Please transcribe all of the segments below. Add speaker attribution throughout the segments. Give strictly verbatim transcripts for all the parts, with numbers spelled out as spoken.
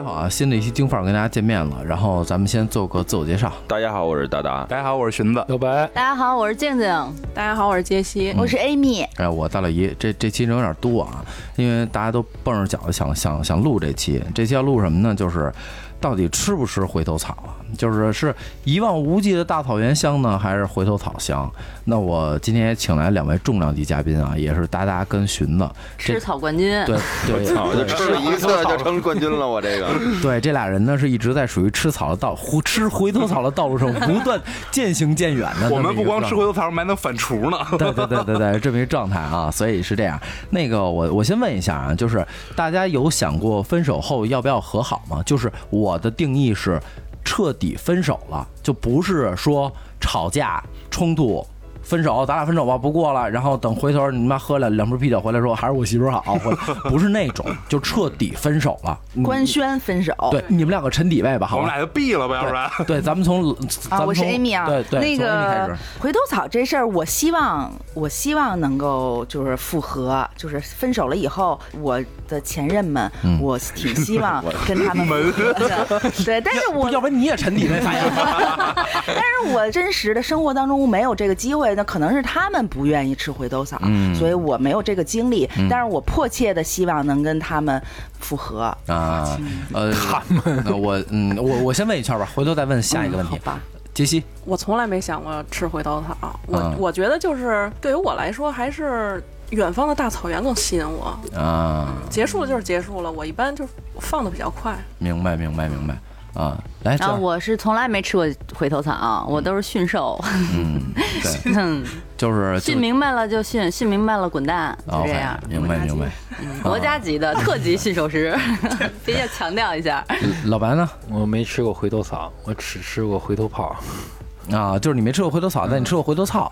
Speaker 1: 好啊，新的一期京范儿跟大家见面了，然后咱们先做个自我介绍。
Speaker 2: 大家好，我是达达。
Speaker 3: 大家好，我是荀子。
Speaker 4: 刘白。
Speaker 5: 大家好，我是静静。
Speaker 6: 大家好，我是杰西。
Speaker 5: 嗯、我是 Amy。
Speaker 1: 哎，我大老姨，这这期人有点多啊，因为大家都蹦着脚想想想录这期，这期要录什么呢？就是到底吃不吃回头草啊？就是是一望无际的大草原香呢，还是回头草香？那我今天也请来两位重量级嘉宾啊，也是达达跟荀子，
Speaker 5: 吃草冠军。
Speaker 1: 对对，
Speaker 2: 操，就吃了一次就成冠军了，我这个。
Speaker 1: 对，这俩人呢是一直在属于吃草的道吃回头草的道路上不断渐行渐远的。
Speaker 3: 我们不光吃回头草，我们还能反刍呢。
Speaker 1: 对对对对对，这么一个状态啊，所以是这样。那个我我先问一下啊，就是大家有想过分手后要不要和好吗？就是我的定义是彻底分手了，就不是说吵架冲突分手，咱俩分手吧，不过了，然后等回头你妈喝了两瓶啤酒回来说还是我媳妇儿好，不是那种，就彻底分手了，
Speaker 5: 官宣分手。
Speaker 1: 对，你们两个沉底位吧，好吧，
Speaker 3: 我们俩就毙了吧，要不然。
Speaker 1: 对，咱们从
Speaker 5: 啊，我是 Amy 啊，
Speaker 1: 对对，
Speaker 5: 那个回头草这事儿，我希望我希望能够就是复合，就是分手了以后，我的前任们，嗯、我挺希望跟他们复合的。对，但是我
Speaker 1: 要不然你也沉底位发言。
Speaker 5: 但是我真实的生活当中没有这个机会。那可能是他们不愿意吃回头草，嗯、所以我没有这个经历，嗯、但是我迫切的希望能跟他们复合
Speaker 1: 啊。呃，他们，我嗯，我我先问一圈吧，回头再问下一个问题。
Speaker 5: 嗯、好吧，
Speaker 1: 杰西，
Speaker 6: 我从来没想过吃回头草，我、
Speaker 1: 嗯、
Speaker 6: 我觉得就是对于我来说，还是远方的大草原更吸引我啊。结束了就是结束了，我一般就放的比较快。
Speaker 1: 明白，明白，明白。啊，来，
Speaker 5: 然后我是从来没吃过回头草，我都是驯兽。
Speaker 1: 嗯，对，
Speaker 5: 嗯，
Speaker 1: 就是
Speaker 5: 驯明白了就驯，驯明白了滚蛋，就这样。
Speaker 1: Okay, 明白明白。
Speaker 5: 嗯，国家级的特级驯兽师，必须要强调一下。
Speaker 1: 老白呢？
Speaker 4: 我没吃过回头草，我只吃过回头炮。
Speaker 1: 啊，就是你没吃过回头草，但你吃过回头草。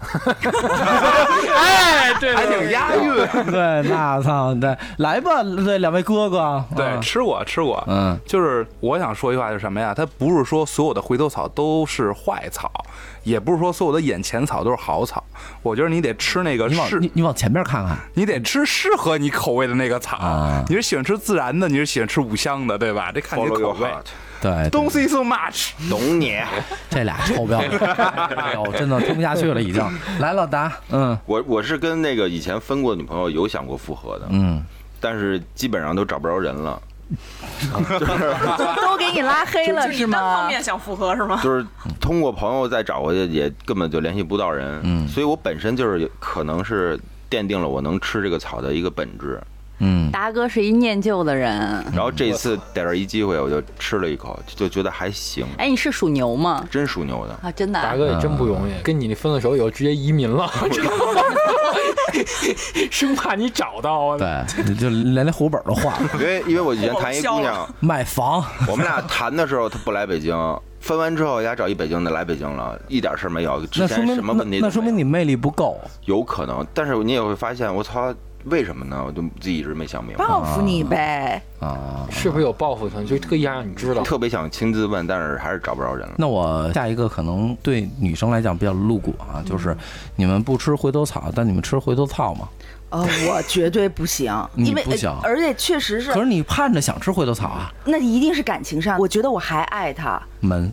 Speaker 3: 哎，这还挺押韵。
Speaker 1: 对，那操，对，来吧，对，两位哥哥，
Speaker 3: 对，嗯、吃过吃过，
Speaker 1: 嗯，
Speaker 3: 就是我想说一句话，就是什么呀？它不是说所有的回头草都是坏草，也不是说所有的眼前草都是好草。我觉得你得吃那个，
Speaker 1: 你往你你往前边看看，
Speaker 3: 你得吃适合你口味的那个草。啊、你是喜欢吃自然的，你是喜欢吃五香的，对吧？这看你的口味。
Speaker 1: 对
Speaker 3: ，Don't say so much，
Speaker 2: 懂你。
Speaker 1: 这俩臭标，哎呦，真的听不下去了，已经。来，老达，嗯，
Speaker 2: 我我是跟那个以前分过的女朋友有想过复合的，嗯，但是基本上都找不着人了，
Speaker 5: 就是都给你拉黑了是吗？
Speaker 6: 单方面想复合是吗？
Speaker 2: 就是通过朋友再找过去，也根本就联系不到人，嗯，所以我本身就是可能是奠定了我能吃这个草的一个本质。
Speaker 1: 嗯，
Speaker 5: 达哥是一念旧的人，
Speaker 2: 然后这一次逮着一机会，我就吃了一口，就觉得还行。
Speaker 5: 哎，你是属牛吗？
Speaker 2: 真属牛的
Speaker 5: 啊，真的、啊。
Speaker 4: 达哥也真不容易，嗯、跟你分了手以后直接移民了，生怕你找到。
Speaker 1: 对，就连那户口本都换了。
Speaker 2: 因为因为我以前谈一姑娘
Speaker 1: 买房，
Speaker 2: 我们俩谈的时候她不来北京。分完之后，人家找一北京的来北京了，一点事儿没有，之前什么问题都没有。
Speaker 1: 那说明你魅力不够，
Speaker 2: 有可能。但是你也会发现，我操，为什么呢？我就自己一直没想明白。
Speaker 5: 报复你呗
Speaker 1: 啊！
Speaker 4: 是不是有报复他？就特意让你知道。
Speaker 2: 特别想亲自问，但是还是找不着人了。
Speaker 1: 那我下一个可能对女生来讲比较露骨啊，就是你们不吃回头草，但你们吃回头草吗？
Speaker 5: 呃，我绝对不行，因为
Speaker 1: 不行，
Speaker 5: 而且确实是。
Speaker 1: 可是你盼着想吃回头草啊？
Speaker 5: 那一定是感情上，我觉得我还爱他。
Speaker 1: 门。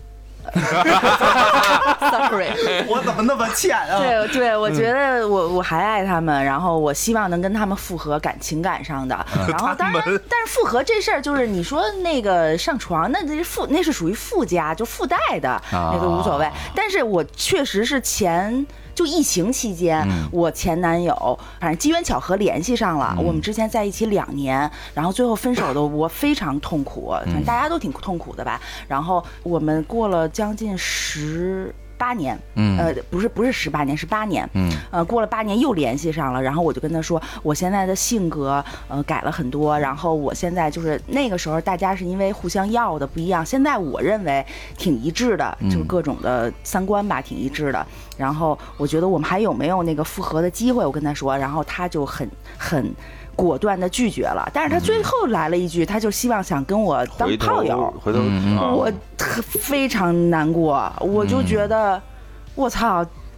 Speaker 5: Sorry，
Speaker 1: 我怎么那么欠啊？
Speaker 5: 对对，我觉得我我还爱他们，然后我希望能跟他们复合，感情感上的。然后当然，但是复合这事儿就是你说那个上床，那这附那是属于附加，就附带的那个无所谓。但是我确实是前。就疫情期间，嗯、我前男友反正机缘巧合联系上了，嗯、我们之前在一起两年，然后最后分手的我非常痛苦，反正大家都挺痛苦的吧。然后我们过了将近十。八年，嗯，呃，不是不是十八年，是八年，嗯，呃，过了八年又联系上了，然后我就跟他说，我现在的性格呃改了很多，然后我现在就是那个时候大家是因为互相要的不一样，现在我认为挺一致的，就是各种的三观吧，挺一致的。然后我觉得我们还有没有那个复合的机会？我跟他说，然后他就很很。果断的拒绝了，但是他最后来了一句，他就希望想跟我当炮友，
Speaker 2: 回头，回头
Speaker 5: 我非常难过，我就觉得，我操，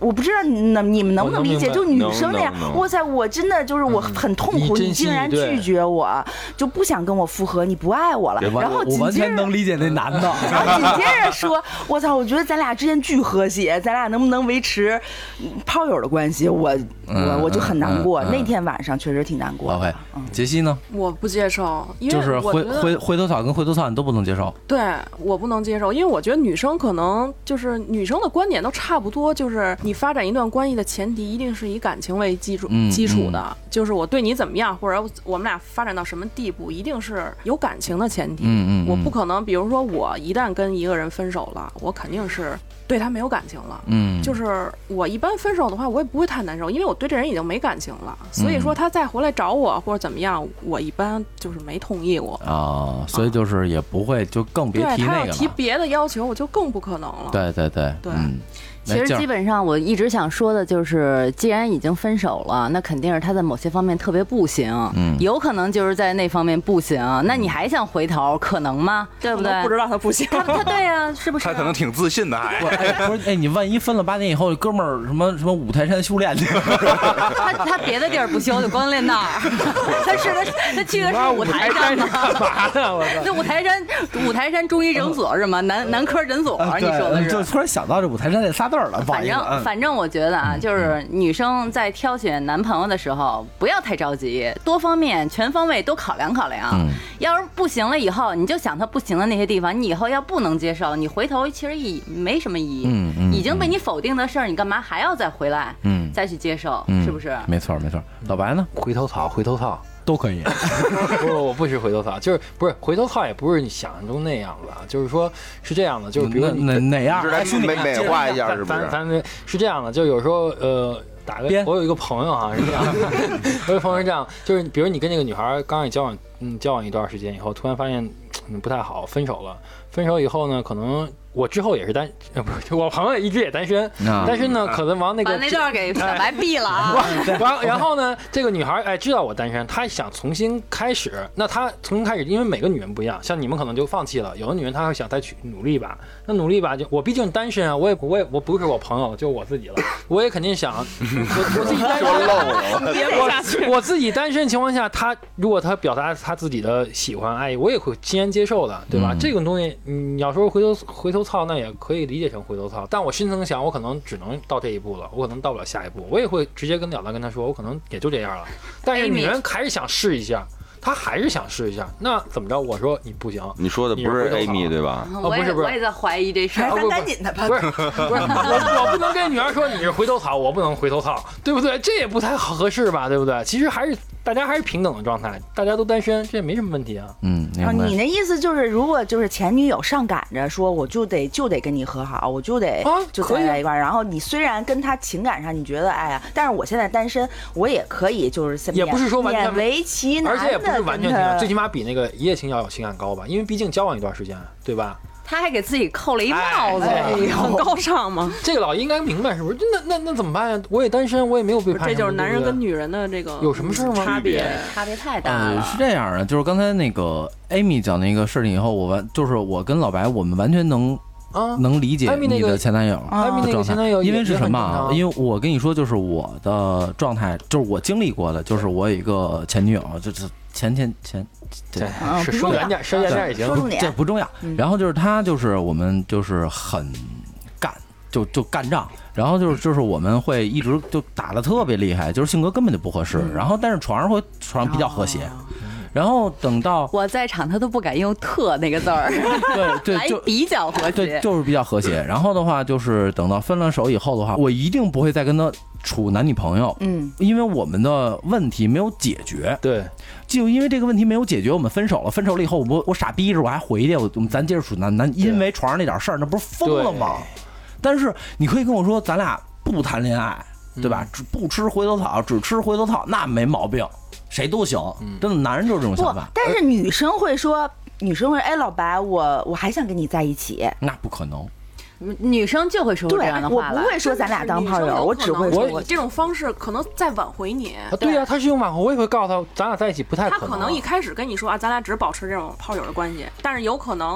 Speaker 5: 我不知道你你们能不能理解，就女生那样，哇塞，我真的就是我很痛苦，你竟然拒绝我，就不想跟我复合，你不爱我了。然后
Speaker 1: 我完全能理解那男的，
Speaker 5: 然后紧接着说，我操，我觉得咱俩之间巨和谐，咱俩能不能维持炮友的关系？我我我就很难过，那天晚上确实挺难过。
Speaker 1: OK， 杰西呢？
Speaker 6: 我不接受，因为
Speaker 1: 就是回回回头草跟回头草你都不能接受。
Speaker 6: 对，我不能接受，因为我觉得女生可能就是女生的观点都差不多，就是你发展一段关系的前提一定是以感情为基础、嗯、基础的、嗯，就是我对你怎么样，或者我们俩发展到什么地步，一定是有感情的前提。嗯嗯，我不可能，比如说我一旦跟一个人分手了，我肯定是对他没有感情了。嗯，就是我一般分手的话，我也不会太难受，因为我对这人已经没感情了。所以说他再回来找我或者怎么样，我一般就是没同意过
Speaker 1: 啊，所以就是也不会，就更别提那个了。
Speaker 6: 对，他要提别的要求，我就更不可能了。
Speaker 1: 对对对
Speaker 6: 对。
Speaker 1: 嗯，
Speaker 7: 其实基本上我一直想说的就是，既然已经分手了，那肯定是他在某些方面特别不行，嗯，有可能就是在那方面不行，那你还想回头，可能吗？对不对？
Speaker 6: 不知道他不行，
Speaker 7: 他他对呀、啊，是不是、啊？
Speaker 3: 他可能挺自信的还，
Speaker 1: 还哎不是哎，你万一分了八年以后，哥们儿什么什么五台山修炼去，
Speaker 7: 他他别的地儿不修，就光练那儿，他是他他去的是五台山吗？
Speaker 4: 干嘛呢？我操！
Speaker 7: 那五台山五台山中医诊所是吗？男男科诊所，你说的是？
Speaker 1: 就突然想到这五台山这仨字儿了，
Speaker 7: 反正。反正我觉得啊，就是女生在挑选男朋友的时候，不要太着急，多方面、全方位都考量考量。嗯、要是不行了以后，你就想他不行的那些地方，你以后要不能接受，你回头其实意没什么意义。嗯嗯、已经被你否定的事儿，你干嘛还要再回来？嗯，再去接受，嗯、是不是？
Speaker 1: 没错没错。老白呢？
Speaker 4: 回头草，回头草。
Speaker 1: 都可以，
Speaker 4: 不是我不是回头草，就是不是回头草，也不是你想象中那样的，就是说是这样的，就是比如
Speaker 1: 哪哪样，
Speaker 2: 来美美化一下是不是？
Speaker 4: 反正是这样的，就有时候呃，打个我有一个朋友哈、啊、是这样的，我有朋友是这样，就是比如你跟这个女孩刚刚交往，嗯，交往一段时间以后，突然发现嗯不太好，分手了，分手以后呢，可能。我之后也是单，呃，不是，我朋友一直也单身，但是呢，可能往那个
Speaker 7: 把那段给小白毙了啊。
Speaker 4: 然然后呢，这个女孩哎知道我单身，她想重新开始，那她重新开始，因为每个女人不一样，像你们可能就放弃了，有的女人她会想再去努力吧，那努力吧，就我毕竟单身啊，我也我也我不是我朋友，就我自己了，我也肯定想，我我自己单身，我我自己单身情况下，她如果她表达她自己的喜欢爱意，我也会欣然接受的，对吧？嗯、这种东西，你要说回头回头。操，那也可以理解成回头操，但我深层想，我可能只能到这一步了，我可能到不了下一步，我也会直接跟了当跟他说，我可能也就这样了。但是女人还是想试一下，她还是想试一下，那怎么着？我说你不行，
Speaker 2: 你说的不是 Amy 对吧？
Speaker 7: 哦，不是不是，我也在怀疑这事儿，
Speaker 5: 赶紧的吧。
Speaker 4: 不是不是，我我不能跟女儿说你是回头草，我不能回头草，对不对？这也不太好合适吧，对不对？其实还是。大家还是平等的状态，大家都单身，这也没什么问题啊。
Speaker 1: 嗯，
Speaker 5: 啊，你的意思就是，如果就是前女友上赶着说，我就得就得跟你和好，我就得、啊、就在一块儿。然后你虽然跟他情感上你觉得哎呀，但是我现在单身，我也可以就是
Speaker 4: 也不是说完全
Speaker 5: 勉为其难的，
Speaker 4: 而且也不是完全情感，最起码比那个一夜情要有情感高吧，因为毕竟交往一段时间，对吧？
Speaker 7: 他还给自己扣了一帽子，
Speaker 6: 哎、很高尚吗？
Speaker 4: 这个老应该明白是不是？那那那怎么办呀？我也单身，我也没有被判。
Speaker 6: 这就是男人跟女人的这个
Speaker 4: 有什么事吗？
Speaker 6: 差别
Speaker 7: 差别太大了。
Speaker 1: 呃、是这样的，就是刚才那个 Amy 讲那个事情以后，我完就是我跟老白，我们完全能。啊，能理解你的前男友的状态，因为是什么啊？因为我跟你说，就是我的状态，就是我经历过的，就是我有一个前女友，就是前前前，
Speaker 4: 对，是说远点，说远点也行，
Speaker 1: 这不重要。然后就是他，就是我们就是很干，就就干仗，然后就是就是我们会一直就打得特别厉害，就是性格根本就不合适，然后但是床上会床上比较和谐。然后等到
Speaker 7: 我在场，他都不敢用“特”那个字儿，
Speaker 1: 对对，就
Speaker 7: 比较和谐，
Speaker 1: 对，就是比较和谐。然后的话，就是等到分了手以后的话，我一定不会再跟他处男女朋友，嗯，因为我们的问题没有解决，
Speaker 4: 对，
Speaker 1: 就因为这个问题没有解决，我们分手了。分手了以后，我我傻逼着我还回去，我咱接着处男男，因为床上那点事儿，那不是疯了吗？但是你可以跟我说，咱俩不谈恋爱，对吧？只不吃回头草，只吃回头草，那没毛病。谁都行，真的，男人就是这种想法。
Speaker 5: 但是女生会说，女生会哎，老白，我我还想跟你在一起。
Speaker 1: 那不可能，
Speaker 7: 女生就会说这样的话。
Speaker 5: 我不会说咱俩当炮友，我只会说
Speaker 6: 我这种方式可能在挽回你。
Speaker 4: 啊、对呀、啊，他是用挽回，我也会告诉他，咱俩在一起不太可能。
Speaker 6: 他可能一开始跟你说啊，咱俩只保持这种炮友的关系，但是有可能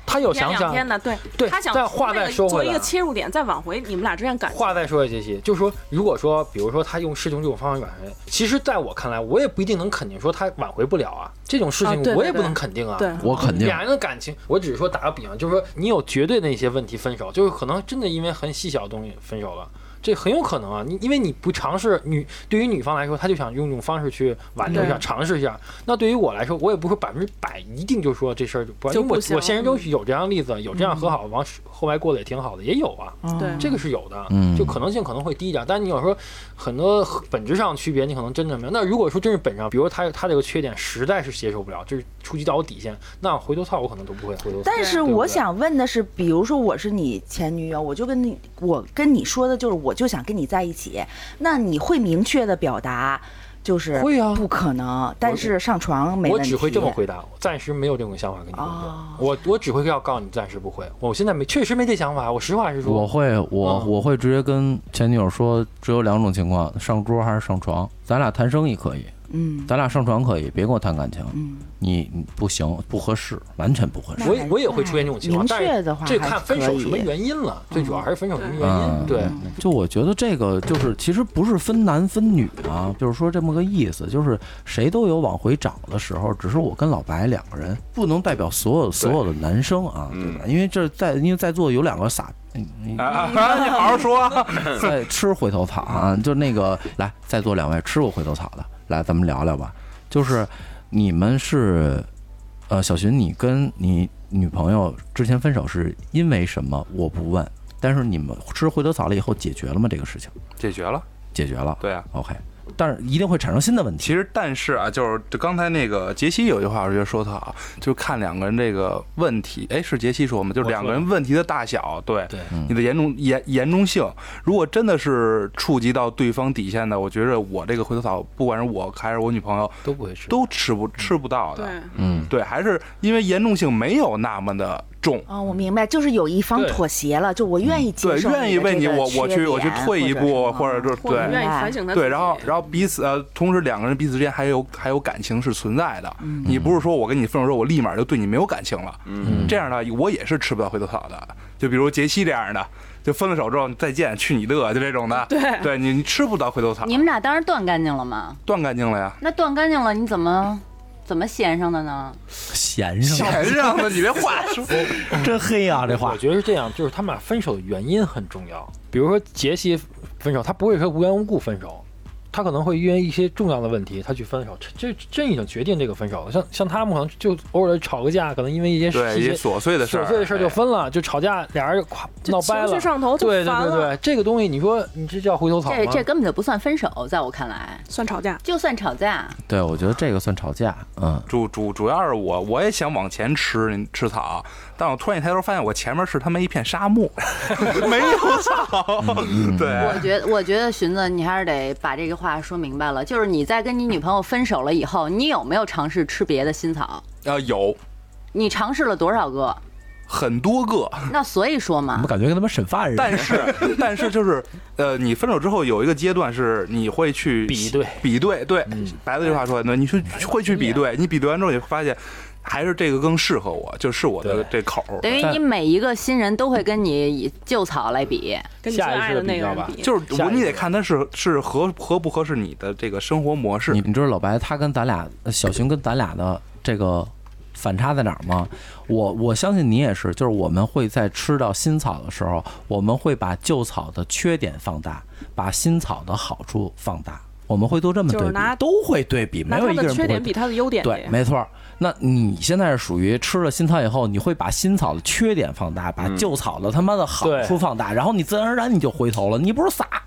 Speaker 4: 他有想想
Speaker 6: 两天的，对
Speaker 4: 对
Speaker 6: 他想
Speaker 4: 再话再说回来
Speaker 6: 作为一个切入点，再挽回你们俩之间感情。
Speaker 4: 话再说，杰西，就是说，如果说，比如说他用试用这种方法挽回，其实在我看来，我也不一定能肯定说他挽回不了啊。这种事情我也不能肯定啊。
Speaker 6: 对，
Speaker 1: 我肯定。
Speaker 4: 两人的感情，我只是说打个比方，就是说你有绝对的一些问题分手，就是可能真的因为很细小的东西分手了。这很有可能啊，你因为你不尝试，女对于女方来说，她就想用这种方式去挽留一下，尝试一下。那对于我来说，我也不是百分之百一定就说这事儿就不，因为我我现实中有这样的例子，有这样和好，往后来过得也挺好的，也有啊。
Speaker 6: 对，
Speaker 4: 这个是有的，
Speaker 1: 嗯，
Speaker 4: 就可能性可能会低一点，但你有时候很多本质上区别，你可能真的没有。那如果说真是本上，比如他他这个缺点实在是接受不了，就是触及到我底线，那回头操我可能都不会回头操。
Speaker 5: 但是我想问的是，比如说我是你前女友，我就跟你我跟你说的就是，我就想跟你在一起，那你会明确的表达？就是
Speaker 4: 会啊，
Speaker 5: 不可能。但是上床没问题。
Speaker 4: 我只会这么回答，暂时没有这种想法跟你沟通。我我只会要告诉你，暂时不会。我现在没，确实没这想法。我实话实说。
Speaker 1: 我会，我、
Speaker 4: 嗯、
Speaker 1: 我会直接跟前女友说，只有两种情况：上桌还是上床。咱俩谈生意可以，
Speaker 5: 嗯，
Speaker 1: 咱俩上床可以，别跟我谈感情。
Speaker 5: 嗯，
Speaker 1: 你你不行，不合适，完全不合适。
Speaker 4: 我我也会出现这种情况，
Speaker 5: 明确的话
Speaker 4: 但是这看分手什么原因了，最主要还是分手什么原因。
Speaker 1: 嗯、
Speaker 4: 对，
Speaker 1: 就我觉得这个就是其实不是分男分女啊，就是说这么个意思，就是谁都有往回找的时候，只是我跟老白两个人，不能代表所有所有的男生啊，对吧？因为这在因为在座有两个傻。
Speaker 3: 你啊，你好好说，
Speaker 1: 在吃回头草啊，就那个来，在座两位吃过回头草的，来咱们聊聊吧。就是你们是，呃，小寻，你跟你女朋友之前分手是因为什么？我不问，但是你们吃回头草了以后解决了吗？这个事情
Speaker 3: 解决了，
Speaker 1: 解决了。
Speaker 3: 对啊
Speaker 1: ，OK。但是一定会产生新的问题。
Speaker 3: 其实，但是啊，就是就刚才那个杰西有句话，我觉得说得好，就是看两个人这个问题，哎，是杰西说吗？就是两个人问题的大小，对，
Speaker 4: 对，
Speaker 3: 你的严重严严重性，如果真的是触及到对方底线的，我觉得我这个回头草，不管是我还是我女朋友，
Speaker 4: 都不会吃，
Speaker 3: 都吃不吃不到的。
Speaker 6: 对，
Speaker 1: 嗯，
Speaker 3: 对，还是因为严重性没有那么的重。
Speaker 5: 哦，我明白，就是有一方妥协了，就我愿意接受，
Speaker 3: 对，愿意为你，我我去我去退一步，或者就是对，
Speaker 6: 愿意反省他。
Speaker 3: 对，然后然后彼此呃。同时，两个人彼此之间还有还有感情是存在的。嗯、你不是说我跟你分手之后，我立马就对你没有感情了。嗯，这样的我也是吃不到回头草的。就比如杰西这样的，就分了手之后再见，去你的，就这种的。
Speaker 6: 对，
Speaker 3: 对你你吃不到回头草。
Speaker 7: 你们俩当时断干净了吗？
Speaker 3: 断干净了呀。
Speaker 7: 那断干净了，你怎么怎么闲上的呢？
Speaker 1: 闲上，
Speaker 3: 闲上的，你这话说
Speaker 1: 真黑啊！这话
Speaker 4: 我觉得是这样，就是他们俩分手的原因很重要。比如说杰西分手，他不会说无缘无故分手。他可能会因为一些重要的问题，他去分手，这这已经决定这个分手了。像像他们可能就偶尔吵个架，可能因为一些
Speaker 3: 对一些琐碎的事，
Speaker 4: 琐碎的事就分了，就吵架，俩人闹掰了，
Speaker 6: 情绪上头就
Speaker 4: 对
Speaker 6: 烦了。
Speaker 4: 对对对，这个东西你说你这叫回头草吗？
Speaker 7: 这这根本就不算分手，在我看来
Speaker 6: 算吵架，
Speaker 7: 就算吵架。
Speaker 1: 对，我觉得这个算吵架。嗯，
Speaker 3: 主主主要是我我也想往前吃吃草，但我突然一抬头发现我前面是他妈一片沙漠，没有草。对，
Speaker 7: 我觉得我觉得荀子，你还是得把这个话说明白了。就是你在跟你女朋友分手了以后，你有没有尝试吃别的新草？
Speaker 3: 啊，有。
Speaker 7: 你尝试了多少个？
Speaker 3: 很多个。
Speaker 7: 那所以说嘛，
Speaker 1: 我们感觉跟他们审犯人。
Speaker 3: 但是，但是就是，呃，你分手之后有一个阶段是你会去
Speaker 4: 比对，
Speaker 3: 比对，对，嗯、白了这话说，对，你去会去比对，你比对完之后，你会发现。还是这个更适合我，就是我的这口。
Speaker 7: 等于你每一个新人都会跟你以旧草来比，
Speaker 6: 跟你最爱的那个人比。
Speaker 3: 就是我，你得看他是是合合不合适你的这个生活模式。
Speaker 1: 你你知道老白他跟咱俩小熊跟咱俩的这个反差在哪儿吗？我我相信你也是，就是我们会在吃到新草的时候，我们会把旧草的缺点放大，把新草的好处放大。我们会都这么对比，都会对比，没有一个人不会。
Speaker 6: 拿他的缺点比他的优点。
Speaker 1: 对，没错。那你现在是属于吃了新草以后，你会把新草的缺点放大，把旧草的他妈的好处放大，然后你自然而然你就回头了，你不是傻。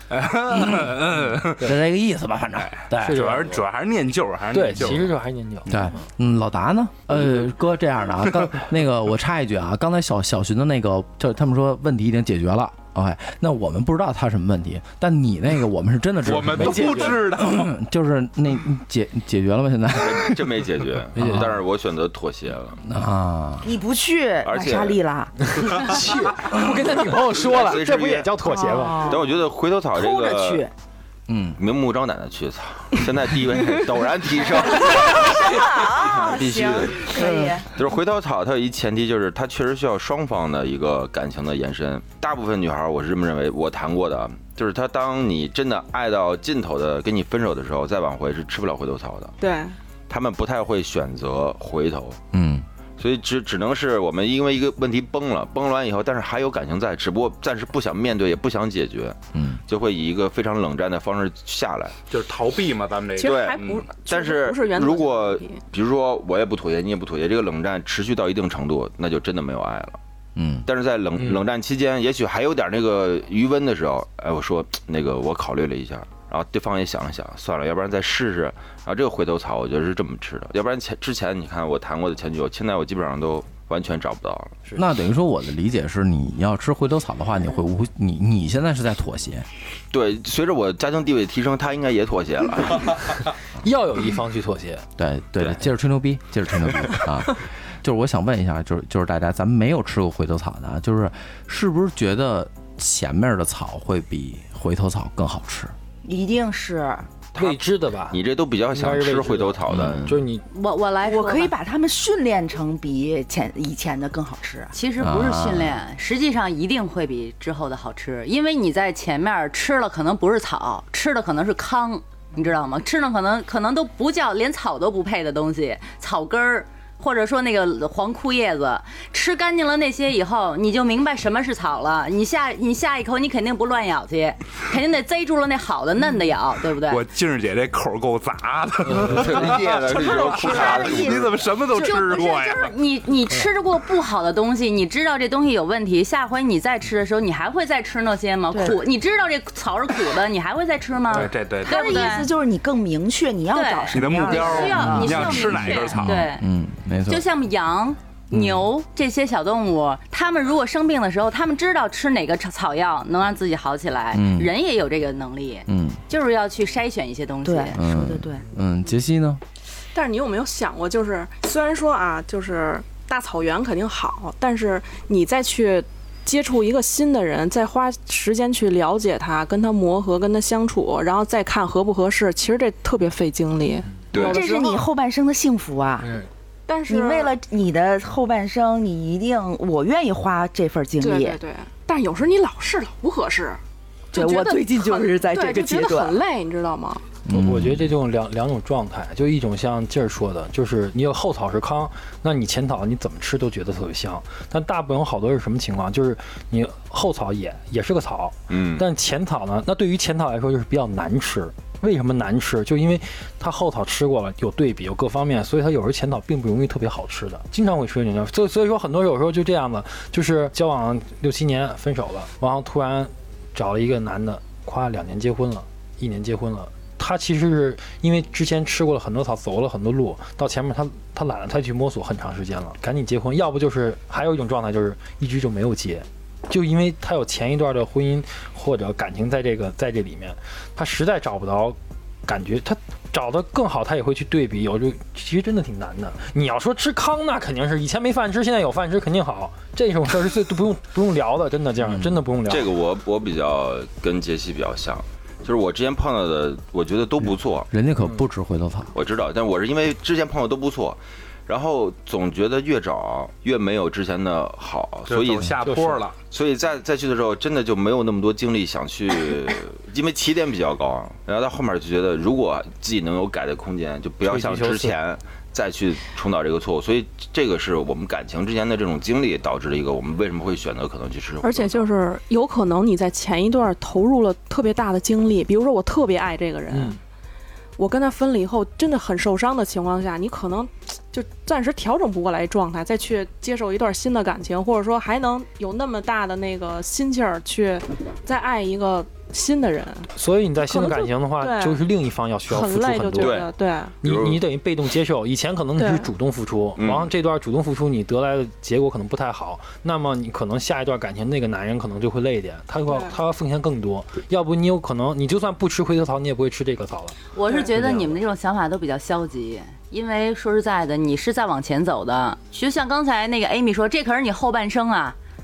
Speaker 1: 就这个意思吧，反正对，
Speaker 3: 主要主要还是念旧，还是
Speaker 4: 对，其实就还是念旧。
Speaker 1: 对，嗯，老达呢？呃，哥这样的啊，刚那个我插一句啊，刚才小小寻的那个，就他们说问题已经解决了。OK， 那我们不知道他什么问题，但你那个我们是真的知道，
Speaker 3: 我们都知道，
Speaker 1: 就是那解解决了吗？现在
Speaker 2: 真没解决，没解决，但是我选择妥协了
Speaker 1: 啊！
Speaker 5: 你不去，
Speaker 2: 而且
Speaker 5: 玛莎丽了，
Speaker 4: 去不跟他女朋友说了，这不也叫妥协吗？
Speaker 2: 但我觉得回头草这个，
Speaker 1: 嗯，
Speaker 2: 明目张胆的去，操！现在地位陡然提升，必须的，
Speaker 5: 可以。
Speaker 2: 就是回头草，它有一前提就是它确实需要双方的一个感情的延伸。大部分女孩，我是这么认为，我谈过的，就是她当你真的爱到尽头的跟你分手的时候，再挽回是吃不了回头草的。
Speaker 6: 对，
Speaker 2: 他们不太会选择回头。
Speaker 1: 嗯。
Speaker 2: 所以只只能是我们因为一个问题崩了，崩完以后，但是还有感情在，只不过暂时不想面对，也不想解决，
Speaker 1: 嗯，
Speaker 2: 就会以一个非常冷战的方式下来，
Speaker 3: 就是逃避嘛，咱们这
Speaker 6: 其
Speaker 3: 个。
Speaker 6: 实还不，
Speaker 2: 但是
Speaker 6: 不是原则
Speaker 2: 如果
Speaker 6: 性问题
Speaker 2: 比如说我也不妥协，你也不妥协，这个冷战持续到一定程度，那就真的没有爱了。
Speaker 1: 嗯，
Speaker 2: 但是在冷
Speaker 4: 嗯
Speaker 2: 冷战期间，也许还有点那个余温的时候，哎，我说那个我考虑了一下。然后对方也想了想，算了，要不然再试试。然后这个回头草，我觉得是这么吃的。要不然前之前你看我谈过的前女友，现在我基本上都完全找不到了。
Speaker 1: 那等于说我的理解是，你要吃回头草的话，你会无你你现在是在妥协。
Speaker 2: 对，随着我家庭地位提升，他应该也妥协了。
Speaker 4: 要有一方去妥协。
Speaker 1: 对对
Speaker 2: 对
Speaker 1: 接着吹牛逼，接着吹牛逼啊！就是我想问一下，就是就是大家，咱们没有吃过回头草的，就是是不是觉得前面的草会比回头草更好吃？
Speaker 5: 一定是，
Speaker 4: 未知的吧？
Speaker 2: 你这都比较想吃回头草的，
Speaker 4: 就是你
Speaker 7: 我我来说吧，
Speaker 5: 我可以把他们训练成比前以前的更好吃。
Speaker 7: 其实不是训练，实际上一定会比之后的好吃，因为你在前面吃了可能不是草，吃的可能是糠，你知道吗？吃的可能可能都不叫连草都不配的东西，草根儿。或者说那个黄枯叶子，吃干净了那些以后，你就明白什么是草了。你下你下一口，你肯定不乱咬去，肯定得贼住了那好的嫩的咬，对不对？
Speaker 3: 我静儿姐这口够杂的，
Speaker 2: 叶子是有苦茶的。
Speaker 3: 你怎么什么都吃过呀？
Speaker 7: 就是你你吃过不好的东西，你知道这东西有问题，下回你再吃的时候，你还会再吃那些吗？苦，你知道这草是苦的，你还会再吃吗？
Speaker 3: 对对对，
Speaker 5: 他的意思就是你更明确你要找什么样的。
Speaker 3: 你的目标，
Speaker 7: 需要你需要
Speaker 3: 要吃哪根草？
Speaker 7: 对，
Speaker 1: 嗯，没错。
Speaker 7: 就像羊。牛这些小动物，它们如果生病的时候，它们知道吃哪个草药能让自己好起来。
Speaker 1: 嗯，
Speaker 7: 人也有这个能力，
Speaker 1: 嗯，
Speaker 7: 就是要去筛选一些东西。
Speaker 5: 对，说的对。
Speaker 1: 嗯，杰西呢？
Speaker 6: 但是你有没有想过，就是虽然说啊，就是大草原肯定好，但是你再去接触一个新的人，再花时间去了解他，跟他磨合，跟他相处，然后再看合不合适，其实这特别费精力。
Speaker 2: 对，
Speaker 5: 这是你后半生的幸福啊！
Speaker 4: 嗯，
Speaker 6: 但是
Speaker 5: 你为了你的后半生，你一定我愿意花这份精力。
Speaker 6: 对对对，但是有时候你老是老不合适。
Speaker 5: 对，我最近就是在这个阶段，
Speaker 6: 很累，你知道吗？
Speaker 4: 我我觉得这种两两种状态，就一种像劲儿说的，就是你有后草是糠，那你前草你怎么吃都觉得特别香。但大部分有好多是什么情况？就是你后草也也是个草，
Speaker 2: 嗯，
Speaker 4: 但前草呢，那对于前草来说就是比较难吃。为什么难吃？就因为它后草吃过了，有对比，有各方面，所以它有时候前草并不容易特别好吃的，经常会出现这种。所以所以说很多有时候就这样子，就是交往六七年分手了，然后突然找了一个男的，夸两年结婚了，一年结婚了。他其实是因为之前吃过了很多草，走了很多路，到前面他他懒得再去摸索很长时间了，赶紧结婚。要不就是还有一种状态就是一直就没有结，就因为他有前一段的婚姻或者感情在这个在这里面，他实在找不着感觉，他找的更好，他也会去对比，有就其实真的挺难的。你要说吃糠，那肯定是以前没饭吃，现在有饭吃肯定好，这种事儿是最都不用不用聊的，真的这样、嗯、真的不用聊。
Speaker 2: 这个我我比较跟杰西比较像。就是我之前碰到的，我觉得都不错。
Speaker 1: 人家可不吃回头草，
Speaker 2: 我知道，但我是因为之前碰到都不错，然后总觉得越找越没有之前的好，所以
Speaker 3: 下坡了。
Speaker 2: 所以再再去的时候，真的就没有那么多精力想去，因为起点比较高。然后到后面就觉得，如果自己能有改的空间，就不要像之前再去重蹈这个错误。所以这个是我们感情之间的这种经历导致了一个我们为什么会选择可能去吃。
Speaker 6: 而且就是有可能你在前一段投入了特别大的精力，比如说我特别爱这个人。嗯，我跟他分了以后，真的很受伤的情况下，你可能就暂时调整不过来状态，再去接受一段新的感情，或者说还能有那么大的那个心气儿去再爱一个新的人。
Speaker 4: 所以你在新的感情的话，就, 就是另一方要需要付出很多。
Speaker 6: 对对，
Speaker 4: 你你等于被动接受，以前可能你是主动付出，然后这段主动付出你得来的结果可能不太好，那么你可能下一段感情那个男人可能就会累一点，他要他要奉献更多，要不你有可能你就算不吃回头草，你也不会吃这个草了。
Speaker 7: 我是觉得你们这种想法都比较消极。因为说实在的，你是在往前走的，就像刚才那个 Amy 说，这可是你后半生啊，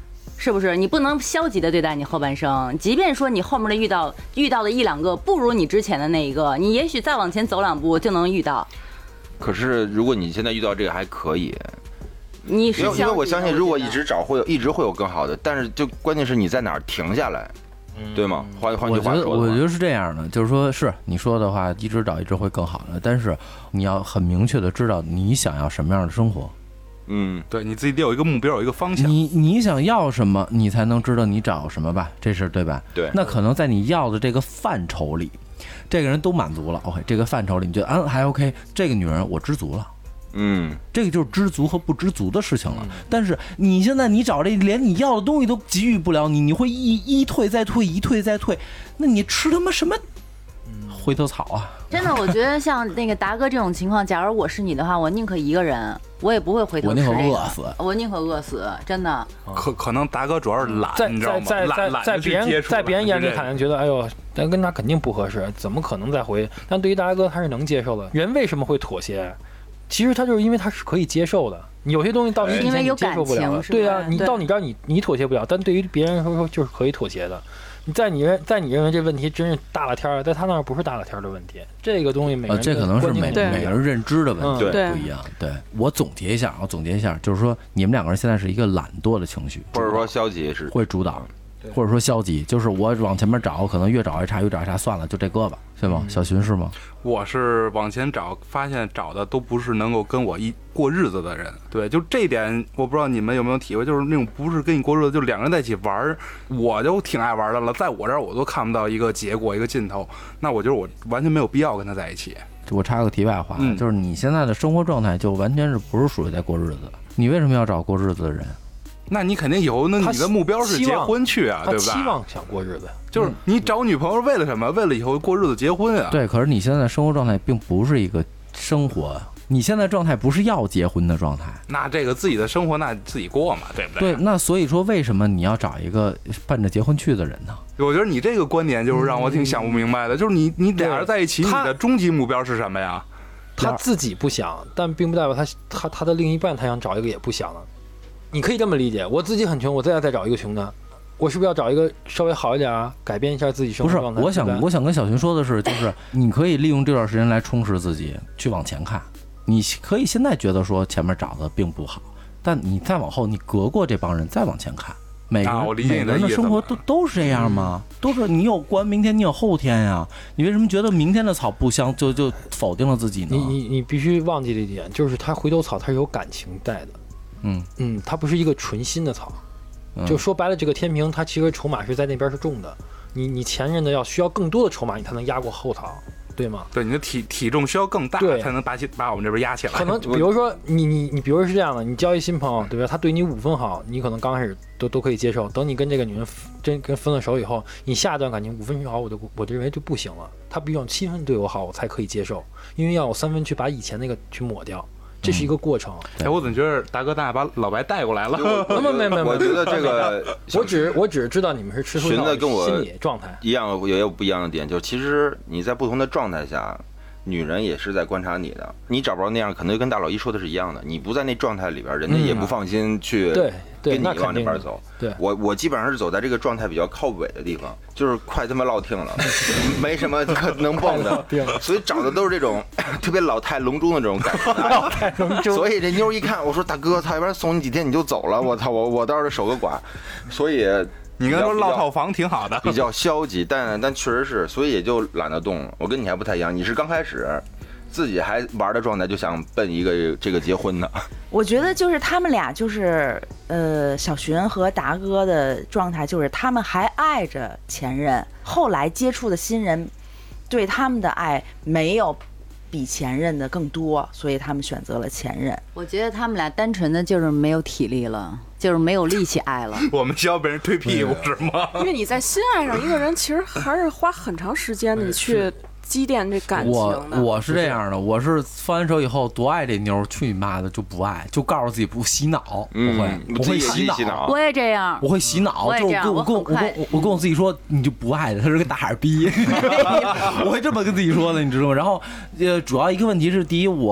Speaker 7: 是不是？你不能消极的对待你后半生，即便说你后面的遇到遇到的一两个不如你之前的那一个，你也许再往前走两步就能遇到。
Speaker 2: 可是如果你现在遇到这个还可以，
Speaker 7: 你是
Speaker 2: 因为因为我相信，如果一
Speaker 7: 直
Speaker 2: 直找会有一直会有更好的，但是就关键是你在哪儿停下来，对吗？换换句话说，
Speaker 1: 我觉得是这样的，就是说是你说的话，一直找一直会更好的，但是你要很明确的知道你想要什么样的生活。
Speaker 2: 嗯，
Speaker 3: 对，你自己得有一个目标，有一个方向。
Speaker 1: 你你想要什么，你才能知道你找什么吧，这是对吧？
Speaker 2: 对。
Speaker 1: 那可能在你要的这个范畴里，这个人都满足了 ，OK， 这个范畴里你觉得啊还 OK， 这个女人我知足了。
Speaker 2: 嗯，
Speaker 1: 这个就是知足和不知足的事情了。但是你现在你找这连你要的东西都给予不了你，你会一一退再退，一退再退，那你吃他妈什么回头草啊？
Speaker 7: 真的，我觉得像那个达哥这种情况，假如我是你的话，我宁可一个人，我也不会回头吃、这个。
Speaker 1: 我宁可饿死，
Speaker 7: 我宁可饿死，真的。
Speaker 3: 可可能达哥主要是懒，
Speaker 4: 在
Speaker 3: 你知道吗？
Speaker 4: 在在
Speaker 3: 懒
Speaker 4: 在别人在别人眼里可能觉得，哎呦，咱跟他肯定不合适，怎么可能再回？但对于达哥他是能接受的。人为什么会妥协？其实他就是因为他是可以接受的。你有些东西到你之前你接受不了，对啊，你到你这儿你你妥协不了，但对于别人来说就是可以妥协的。你在你认在你认为这问题真是大了天儿，在他那儿不是大了天儿的问题。这个东西每个人、
Speaker 1: 呃、这可能是每每个人认知的问题、
Speaker 2: 嗯、
Speaker 1: 不一样。对，我总结一下，我总结一下，就是说你们两个人现在是一个懒惰的情绪，
Speaker 2: 或者说消极是
Speaker 1: 会主导，或者说消极，就是我往前面找，可能越找越差，越找越差，算了，就这胳膊，是吗？嗯、小徐是吗？
Speaker 3: 我是往前找，发现找的都不是能够跟我一过日子的人。对，就这点，我不知道你们有没有体会，就是那种不是跟你过日子，就两个人在一起玩，我就挺爱玩的了，在我这儿我都看不到一个结果，一个尽头。那我觉得我完全没有必要跟他在一起。
Speaker 1: 我插个题外话，
Speaker 3: 嗯、
Speaker 1: 就是你现在的生活状态就完全是不是属于在过日子？你为什么要找过日子的人？
Speaker 3: 那你肯定以后，那你的目标是结婚去啊，对不对？
Speaker 4: 期望想过日子，
Speaker 3: 就是你找女朋友为了什么？为了以后过日子结婚啊。
Speaker 1: 对，可是你现在的生活状态并不是一个生活，你现在状态不是要结婚的状态。
Speaker 3: 那这个自己的生活那自己过嘛，对不对？
Speaker 1: 对，那所以说为什么你要找一个奔着结婚去的人呢？
Speaker 3: 我觉得你这个观点就是让我挺想不明白的，嗯、就是你你俩人在一起，你的终极目标是什么呀？
Speaker 4: 他自己不想，但并不代表他他他的另一半他想找一个也不想了。你可以这么理解，我自己很穷，我再再找一个穷的，我是不是要找一个稍微好一点啊，改变一下自己生活状态？
Speaker 1: 不是，我想我想跟小群说的是，就是你可以利用这段时间来充实自己，去往前看。你可以现在觉得说前面找的并不好，但你再往后，你隔过这帮人再往前看，每个人、啊、
Speaker 3: 我理解你的
Speaker 1: 每个人的生活都都是这样吗？都是你有关明天，你有后天呀。你为什么觉得明天的草不香，就就否定了自己呢？
Speaker 4: 你你你必须忘记这一点，就是它回头草它是有感情在的。
Speaker 1: 嗯
Speaker 4: 嗯，它不是一个纯新的草，就说白了，这个天平它其实筹码是在那边是重的，你你前任的要需要更多的筹码，你才能压过后草，对吗？
Speaker 3: 对，你的体体重需要更大，才能把起把我们这边压起来。
Speaker 4: 可能比如说你你你，比如说是这样的，你交一新朋友，对吧？他对你五分好，你可能刚开始都都可以接受，等你跟这个女人真跟分了手以后，你下一段感情五分好，我就我就认为就不行了，他必须要七分对我好，我才可以接受，因为要有三分去把以前那个去抹掉。这是一个过程。
Speaker 3: 哎、嗯，我怎么觉得大哥大把老白带过来了？
Speaker 2: 没没没，我觉得这个，
Speaker 4: 我只我只知道你们是吃
Speaker 2: 寻的跟我
Speaker 4: 心理状态
Speaker 2: 一样，也有不一样的点，就是其实你在不同的状态下，女人也是在观察你的。你找不着那样，可能跟大老一说的是一样的。你不在那状态里边，人家也不放心去跟你往那边走。
Speaker 4: 嗯、对，
Speaker 2: 我我基本上是走在这个状态比较靠尾的地方，就是快他妈落听了，没什么可能蹦的，所以找的都是这种特别老态龙钟的这种感觉。
Speaker 4: 老态龙钟。
Speaker 2: 所以这妞一看，我说大哥，他要不然送你几天你就走了，我操，我我倒是守个寡。所以
Speaker 3: 你跟他说落套房挺好的，
Speaker 2: 比较消极，但但确实是，所以也就懒得动了。我跟你还不太一样，你是刚开始自己还玩的状态就想奔一个这个结婚的。
Speaker 5: 我觉得就是他们俩就是呃小寻和达哥的状态，就是他们还爱着前任，后来接触的新人对他们的爱没有比前任的更多，所以他们选择了前任。
Speaker 7: 我觉得他们俩单纯的就是没有体力了，就是没有力气爱了。
Speaker 3: 我们需要被人推屁股是吗？
Speaker 6: 因为你在新爱上一个人，其实还是花很长时间你去积淀这感情的。
Speaker 1: 我我是这样的，我是分完手以后多爱这妞，去你妈的就不爱，就告诉自己不洗脑，
Speaker 2: 嗯、
Speaker 1: 我会我会洗脑，
Speaker 7: 我也这样，
Speaker 1: 我会洗脑，
Speaker 7: 我
Speaker 1: 就是我跟我跟我我跟我自己说，你就不爱他，他是个大耳逼，我会这么跟自己说的，你知道吗？然后呃，主要一个问题是，第一，我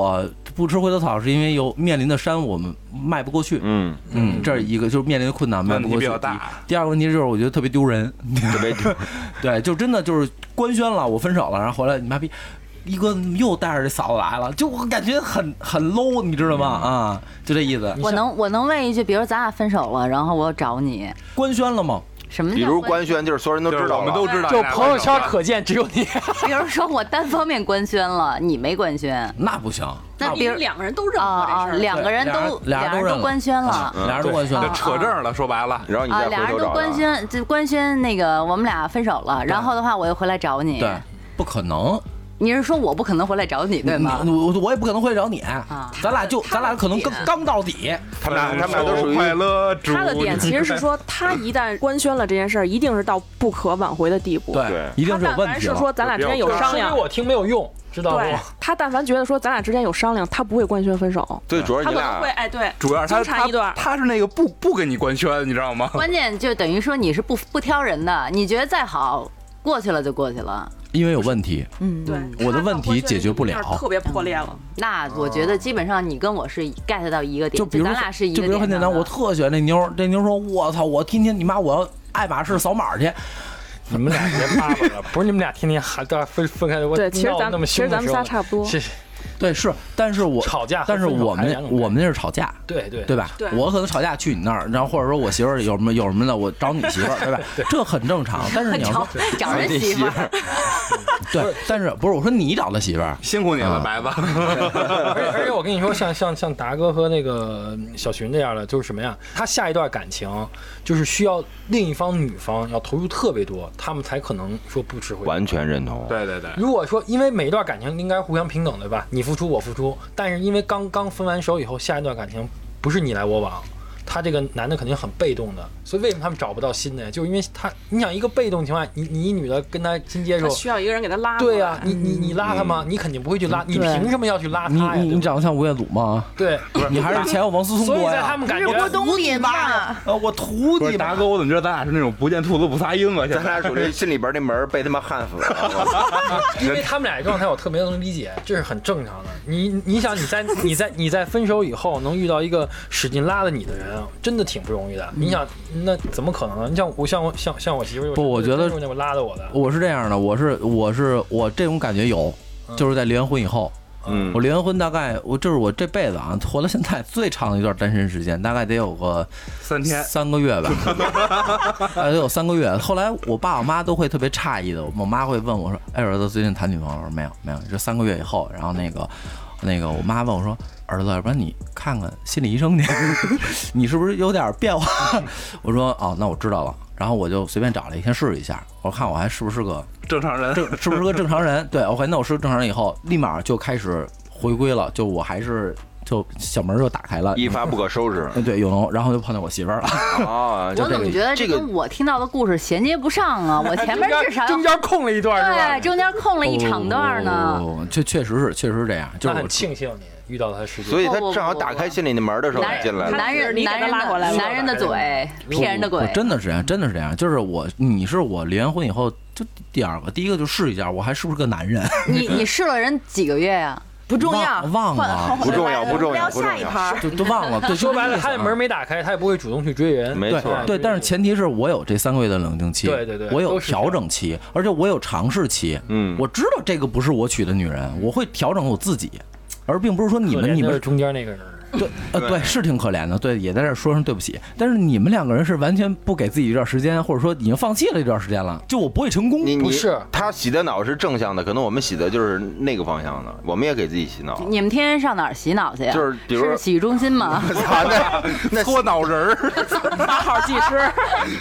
Speaker 1: 不吃回头草是因为有面临的山我们迈不过去。
Speaker 2: 嗯
Speaker 1: 嗯，这是一个就是面临的困难迈不过去。
Speaker 3: 问题比较大。
Speaker 1: 第二个问题就是我觉得特别丢人，
Speaker 2: 特别丢。
Speaker 1: 对，就真的就是官宣了，我分手了，然后回来你妈逼。一哥又带着这嫂子来了，就我感觉很很 low， 你知道吗？啊，就这意思。
Speaker 7: 我能我能问一句，比如咱俩分手了，然后我找你，
Speaker 1: 官宣了吗？
Speaker 7: 什么叫？
Speaker 2: 比如官宣，就是所有人都知道，
Speaker 3: 我们都知道，
Speaker 4: 就朋友圈可见只有你。
Speaker 7: 比如说我单方面官宣了，你没官宣，
Speaker 1: 那不行。
Speaker 6: 那比如两个人都认过这事儿，
Speaker 7: 两个人都
Speaker 1: 俩
Speaker 7: 人都官宣了，
Speaker 1: 俩人都官宣了，
Speaker 3: 扯证了，说白了。
Speaker 2: 然后你再回头找。
Speaker 7: 俩人都官宣，就官宣那个我们俩分手了，然后的话我又回来找你。
Speaker 1: 对，不可能。
Speaker 7: 你是说我不可能回来找你，对吗？
Speaker 1: 我我也不可能回来找你啊！咱俩就咱俩可能刚刚到底。
Speaker 2: 他们俩他们俩都属于
Speaker 3: 快乐。
Speaker 6: 他的点其实是说，他一旦官宣了这件事儿，一定是到不可挽回的地步。
Speaker 1: 对，一定是有问题了。
Speaker 6: 他但凡是说咱俩之间有商量，
Speaker 4: 因为我听没有用，知道不？
Speaker 6: 他但凡觉得说咱俩之间有商量，他不会官宣分手。
Speaker 2: 对，主要
Speaker 6: 他可能会哎对，
Speaker 3: 主要他
Speaker 6: 他一段，
Speaker 3: 他是那个不不跟你官宣，你知道吗？
Speaker 7: 关键就等于说你是不不挑人的，你觉得再好。过去了就过去了，
Speaker 1: 因为有问题。
Speaker 6: 嗯，对，
Speaker 1: 我的问题解决不了，
Speaker 6: 特别破裂了。
Speaker 7: 那我觉得基本上你跟我是 get 到一个点，
Speaker 1: 就比如
Speaker 7: 咱俩是一个点。
Speaker 1: 就比如很简单，我特喜欢那妞，这妞说：“我操，我天天你妈我要爱马仕扫码去。”
Speaker 4: 你们俩别叭叭了，不是你们俩天天还都要分分开。我
Speaker 6: 对，其实咱们其实咱们仨差不多。
Speaker 1: 对，是，但是我
Speaker 4: 吵架，
Speaker 1: 但是我们我们那是吵架，
Speaker 4: 对对
Speaker 1: 对吧？
Speaker 6: 对，
Speaker 1: 我可能吵架去你那儿，然后或者说我媳妇儿有什么有什么的，我找你媳妇儿，对吧？这很正常。但是你要说
Speaker 7: 找人媳妇儿，
Speaker 1: 对，但是不是我说你找的媳妇儿，
Speaker 3: 辛苦你了，白子。
Speaker 4: 而且而且我跟你说，像像像达哥和那个小群这样的，就是什么呀？他下一段感情就是需要另一方女方要投入特别多，他们才可能说不吃回头。
Speaker 2: 完全认同。
Speaker 3: 对对对。
Speaker 4: 如果说因为每一段感情应该互相平等，对吧？你付出我付出，但是因为刚刚分完手以后，下一段感情不是你来我往，他这个男的肯定很被动的，所以为什么他们找不到新的呀？就是因为他，你想一个被动情况下，你你一女的跟他新接触，
Speaker 6: 需要一个人给他拉。
Speaker 4: 对呀、啊，你你你拉他吗？你肯定不会去拉，你凭什么要去拉他呀？
Speaker 1: 你你你长得像吴彦祖吗？
Speaker 4: 对，
Speaker 1: 你还是前有王思聪多呀？
Speaker 4: 所以在他们感觉
Speaker 5: 郭冬临吧？
Speaker 1: 呃，我图你
Speaker 3: 达哥，我怎么知道咱俩是那种不见兔子不撒鹰啊？
Speaker 2: 咱俩属于心里边那门被他妈焊死了。
Speaker 4: 因为他们俩状态我特别能理解，这是很正常的。你你想你在你在你在分手以后能遇到一个使劲拉着你的人，真的挺不容易的。你想那怎么可能呢？你像我像我像像我媳妇，
Speaker 1: 不，我觉得
Speaker 4: 拉着我的，
Speaker 1: 我是这样的，我是我是我这种感觉有，就是在离完婚以后。
Speaker 2: 嗯，
Speaker 1: 我离完婚大概我这是我这辈子啊活到现在最长的一段单身时间，大概得有个
Speaker 3: 三天
Speaker 1: 三个月吧，大概得有三个月。后来我爸我妈都会特别诧异的，我妈会问我说：“哎，儿子最近谈女朋友？”我说：“没有没有。”这三个月以后，然后那个那个我妈问我说：“儿子，要不然你看看心理医生去，你是不是有点变化？”我说：“哦，那我知道了。”然后我就随便找了一天试一下，我看我还是不是个
Speaker 3: 正常人，
Speaker 1: 正是不是个正常人？对，我回那我是正常人以后，立马就开始回归了，就我还是就小门就打开了，
Speaker 2: 一发不可收拾。
Speaker 1: 对，有能，然后就碰见我媳妇儿了。
Speaker 2: 哦，
Speaker 7: 我怎么觉得这跟我听到的故事衔接不上啊？我前面至少
Speaker 4: 中间空了一段，是吧？
Speaker 7: 对，中间空了一长段呢。
Speaker 1: 这确实是，确实是这样。就是
Speaker 4: 很庆幸你遇到他时间，
Speaker 2: 所以他正好打开心里那门的时候进来了。
Speaker 7: 男人，男人的男人的嘴，骗人的鬼，
Speaker 1: 真的是这样，真的是这样。就是我，你是我离完婚以后，就第二个，第一个就试一下，我还是不是个男人？
Speaker 7: 你你试了人几个月呀？
Speaker 5: 不重要，
Speaker 1: 忘了，
Speaker 2: 不重要，不重要，
Speaker 5: 下一盘
Speaker 1: 就都忘了。对，
Speaker 4: 说白了，他的门没打开，他也不会主动去追人。
Speaker 2: 没错，
Speaker 1: 对，但是前提是我有这三个月的冷静期，
Speaker 4: 对对对，
Speaker 1: 我有调整期，而且我有尝试期。嗯，我知道这个不是我娶的女人，我会调整我自己，而并不是说你们你们
Speaker 4: 中间那个人。
Speaker 1: 对，呃，对，是挺可怜的，对，也在这说声对不起。但是你们两个人是完全不给自己一段时间，或者说已经放弃了一段时间了，就我不会成功。
Speaker 2: 你
Speaker 1: 不是
Speaker 2: 他洗的脑是正向的，可能我们洗的就是那个方向的，我们也给自己洗脑。
Speaker 7: 你们天天上哪儿洗脑去呀？
Speaker 2: 就是比如
Speaker 7: 是洗浴中心吗？
Speaker 2: 那那
Speaker 3: 搓脑仁儿，
Speaker 6: 八号技师，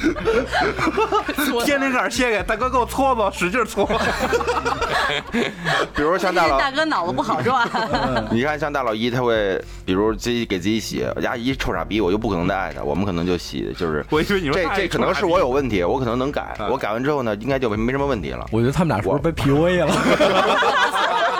Speaker 3: 天灵盖卸开，大哥给我搓搓，使劲搓。
Speaker 2: 比如像大佬，
Speaker 7: 大哥脑子不好转。
Speaker 2: 你看像大老一，他会比如自己给自己洗，呀一臭傻逼，我就不可能再爱他，我们可能就洗，就是
Speaker 3: 我以为你说
Speaker 2: 这这可能是我有问题，我可能能改，我改完之后呢，应该就没什么问题了。
Speaker 1: 我觉得他们俩是不是被 P U A 了？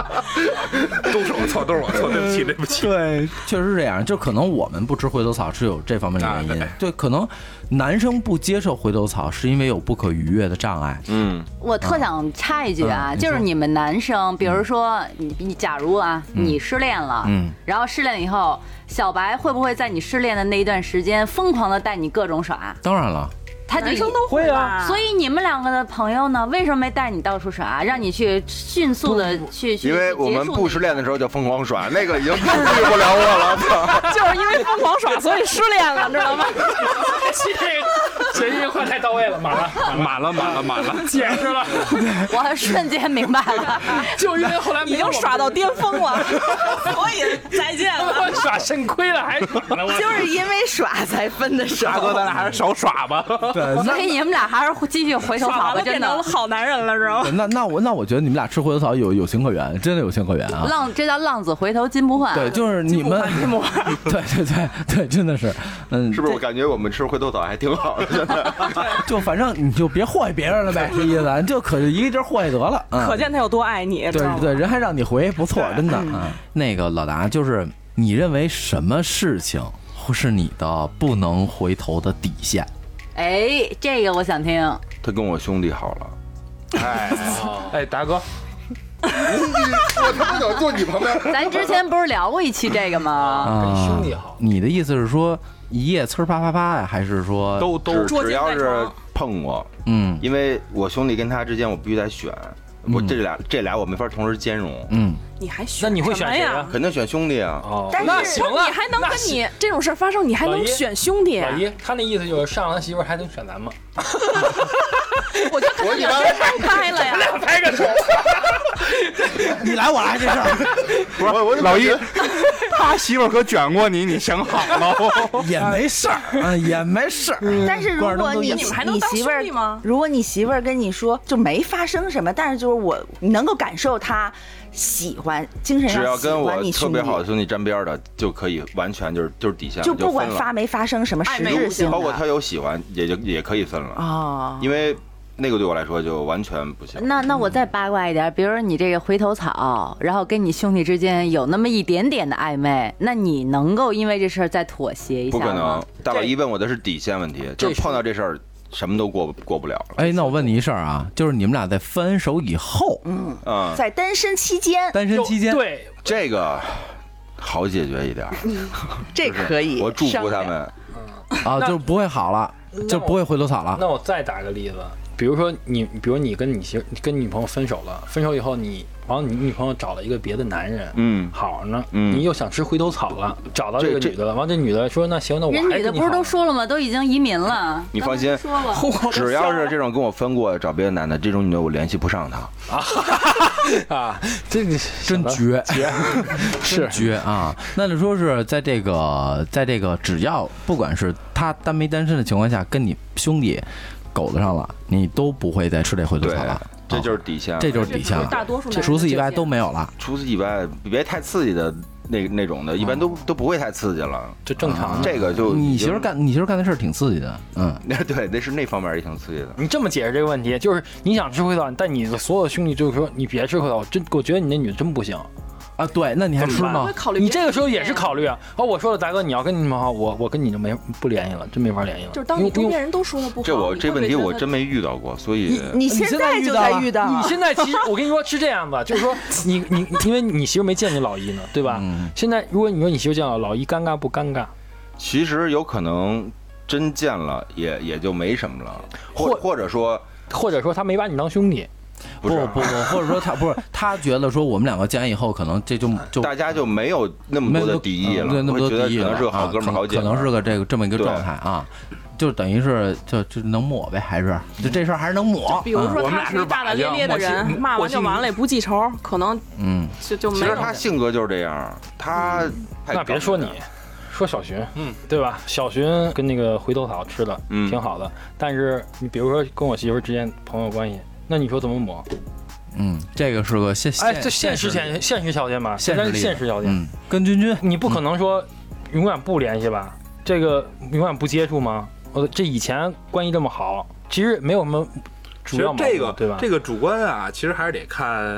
Speaker 3: 都是我错，都是我错，对不起，对不起。
Speaker 1: 对，确实是这样。就可能我们不吃回头草是有这方面的原因。
Speaker 3: 啊、
Speaker 1: 对，可能男生不接受回头草是因为有不可逾越的障碍。
Speaker 2: 嗯，
Speaker 7: 我特想插一句啊，
Speaker 1: 嗯、
Speaker 7: 就是你们男生，比如说你你假如啊，
Speaker 1: 嗯、
Speaker 7: 你失恋了，
Speaker 1: 嗯，
Speaker 7: 然后失恋以后，小白会不会在你失恋的那一段时间疯狂的带你各种耍？
Speaker 1: 当然了。
Speaker 7: 他
Speaker 6: 男生都会啊，
Speaker 7: 所以你们两个的朋友呢，为什么没带你到处耍，让你去迅速的去去？
Speaker 2: 因为我们不失恋的时候就疯狂耍，那个已经治愈不了我了。
Speaker 6: 就是因为疯狂耍，所以失恋了，知道吗？
Speaker 4: 这这句话太到位了，满了，
Speaker 3: 满了，满了，满了，
Speaker 4: 解释了，
Speaker 7: 我瞬间明白了，
Speaker 4: 就因为后来
Speaker 6: 已经耍到巅峰了，所以再见了。
Speaker 4: 我耍肾亏了还耍呢，
Speaker 5: 就是因为耍才分的手。
Speaker 3: 大哥，咱俩还是少耍吧。
Speaker 7: 所以你们俩还是继续回头草吧，真的
Speaker 6: 好男人了，知道吗？
Speaker 1: 那那我那我觉得你们俩吃回头草有有情可原，真的有情可原啊！
Speaker 7: 浪这叫浪子回头金不换。
Speaker 1: 对，就是你们，对对对对，真的是，嗯，
Speaker 2: 是不是？我感觉我们吃回头草还挺好的，真的。
Speaker 1: 就反正你就别祸害别人了呗，这意思，就可一个劲儿祸害得了。嗯、
Speaker 6: 可见他有多爱你。
Speaker 1: 对对，人还让你回，不错，真的啊、嗯。那个老达，就是你认为什么事情是你的不能回头的底线？
Speaker 7: 哎，这个我想听。
Speaker 2: 他跟我兄弟好了，
Speaker 3: 哎哎，达哥，
Speaker 2: 我他妈想坐你旁边。
Speaker 7: 咱之前不是聊过一期这个吗？
Speaker 1: 啊，
Speaker 4: 跟兄弟好。
Speaker 1: 你的意思是说一夜呲啪啪啪呀，还是说
Speaker 3: 都都
Speaker 2: 只只要是碰我，
Speaker 1: 嗯，
Speaker 2: 因为我兄弟跟他之间我必须得选，我这俩这俩我没法同时兼容。
Speaker 1: 嗯，
Speaker 6: 你还选？
Speaker 4: 那你会选谁呀？
Speaker 2: 肯定选兄弟啊。
Speaker 4: 哦，
Speaker 5: 但是
Speaker 4: 那行了，
Speaker 6: 你还能跟你这种事儿发生，你还能选兄弟？
Speaker 4: 老姨，他那意思就是上完媳妇还能选咱吗？
Speaker 6: 我觉得可能你太开了呀。
Speaker 4: 拍个手，
Speaker 1: 你来我来这事儿，
Speaker 3: 不是我老一，他媳妇可卷过你，你想好了
Speaker 1: 也没事儿，嗯，也没事儿。
Speaker 5: 但是如果你
Speaker 6: 你们还能
Speaker 5: 你
Speaker 6: 当
Speaker 5: 媳妇儿
Speaker 6: 兄弟吗？
Speaker 5: 如果你媳妇儿跟你说就没发生什么，但是就是我你能够感受她喜欢，精神上喜
Speaker 2: 只要跟我
Speaker 5: 欢你兄弟，
Speaker 2: 特别好的兄弟沾边的，就可以完全就是就是底线，
Speaker 5: 就不管
Speaker 2: 分了
Speaker 5: 发没发生什么实质性的，
Speaker 2: 包括他有喜欢，也就也可以分了
Speaker 5: 哦，
Speaker 2: 因为那个对我来说就完全不行。
Speaker 7: 那那我再八卦一点，比如说你这个回头草，然后跟你兄弟之间有那么一点点的暧昧，那你能够因为这事儿再妥协一下吗？
Speaker 2: 不可能，大老一问我的是底线问题，就是碰到这事儿什么都过过不了了。
Speaker 1: 哎，那我问你一事儿啊，就是你们俩在分手以后，
Speaker 5: 嗯
Speaker 2: 嗯，
Speaker 5: 在单身期间，
Speaker 1: 单身期间，
Speaker 4: 对
Speaker 2: 这个好解决一点，
Speaker 5: 这可以，
Speaker 2: 我祝福他们
Speaker 1: 啊，就不会好了，就不会回头草了。
Speaker 4: 那我再打个例子，比如说你，比如你跟你媳跟你女朋友分手了，分手以后你，然后你女朋友找了一个别的男人，
Speaker 2: 嗯，
Speaker 4: 好呢，
Speaker 2: 嗯，
Speaker 4: 你又想吃回头草了，找到这个女的了，完这女的说那行，那我还
Speaker 7: 人女的不是都说了吗？都已经移民了。
Speaker 2: 你放心，
Speaker 7: 说了，
Speaker 2: 只要是这种跟我分过找别的男的，这种女的我联系不上她
Speaker 4: 啊啊，这个
Speaker 1: 真绝，
Speaker 4: 是
Speaker 1: 绝啊！那就说是在这个，在这个只要不管是他单没单身的情况下，跟你兄弟狗子上了，你都不会再吃这回头草了。
Speaker 2: 这就是底线，
Speaker 1: 这就是底线了。
Speaker 6: 大多数
Speaker 1: 除此以外都没有了。
Speaker 2: 除此以外，别太刺激的那那种的，一般都都不会太刺激了，
Speaker 4: 就正常。
Speaker 2: 这个就
Speaker 1: 你媳妇干，你媳妇干的事儿挺刺激的，嗯，
Speaker 2: 对，那是那方面也挺刺激的。
Speaker 4: 你这么解释这个问题，就是你想吃回头草，但你的所有兄弟就是说你别吃回头草，真我觉得你那女的真不行。
Speaker 1: 啊，对，那你还吃吗？
Speaker 4: 你这个时候也是考虑啊。哦，我说了，大哥，你要跟你们好，我我跟你就没不联系了，真没法联系了。
Speaker 6: 就是当你周边人都说的不好，
Speaker 2: 这我这问题我真没遇到过，所以
Speaker 5: 你现在就在遇到。
Speaker 4: 你现在其实我跟你说是这样的，就是说你你因为你媳妇没见你老姨呢，对吧？
Speaker 1: 嗯、
Speaker 4: 现在如果你说你媳妇见了老姨，尴尬不尴尬？
Speaker 2: 其实有可能真见了也也就没什么了，或或者说
Speaker 4: 或者说他没把你当兄弟。
Speaker 1: 不不不，或者说他不是他觉得说我们两个见完以后，可能这就就
Speaker 2: 大家就没有那么多的敌意了，
Speaker 1: 对，那么多敌意了，
Speaker 2: 可能是个好哥们好姐
Speaker 1: 妹，可能是个这个这么一个状态啊，就等于是就就能抹呗，还是就这事儿还是能抹。
Speaker 6: 比如说他是大大咧咧的人，骂完就完了，也不记仇，可能
Speaker 1: 嗯
Speaker 6: 就就没。
Speaker 2: 其实他性格就是这样，他
Speaker 4: 那别说你。说小寻，嗯，对吧？小寻跟那个回头草吃的，嗯，挺好的。但是你比如说跟我媳妇之间朋友关系，那你说怎么抹？
Speaker 1: 嗯，这个是个现
Speaker 4: 哎，这现实现现实条件吧，现实现实条件。
Speaker 1: 嗯，跟君君，
Speaker 4: 你不可能说永远不联系吧？这个永远不接触吗？我这以前关系这么好，其实没有什么主要矛盾，
Speaker 3: 这个
Speaker 4: 对吧？
Speaker 3: 这个主观啊，其实还是得看。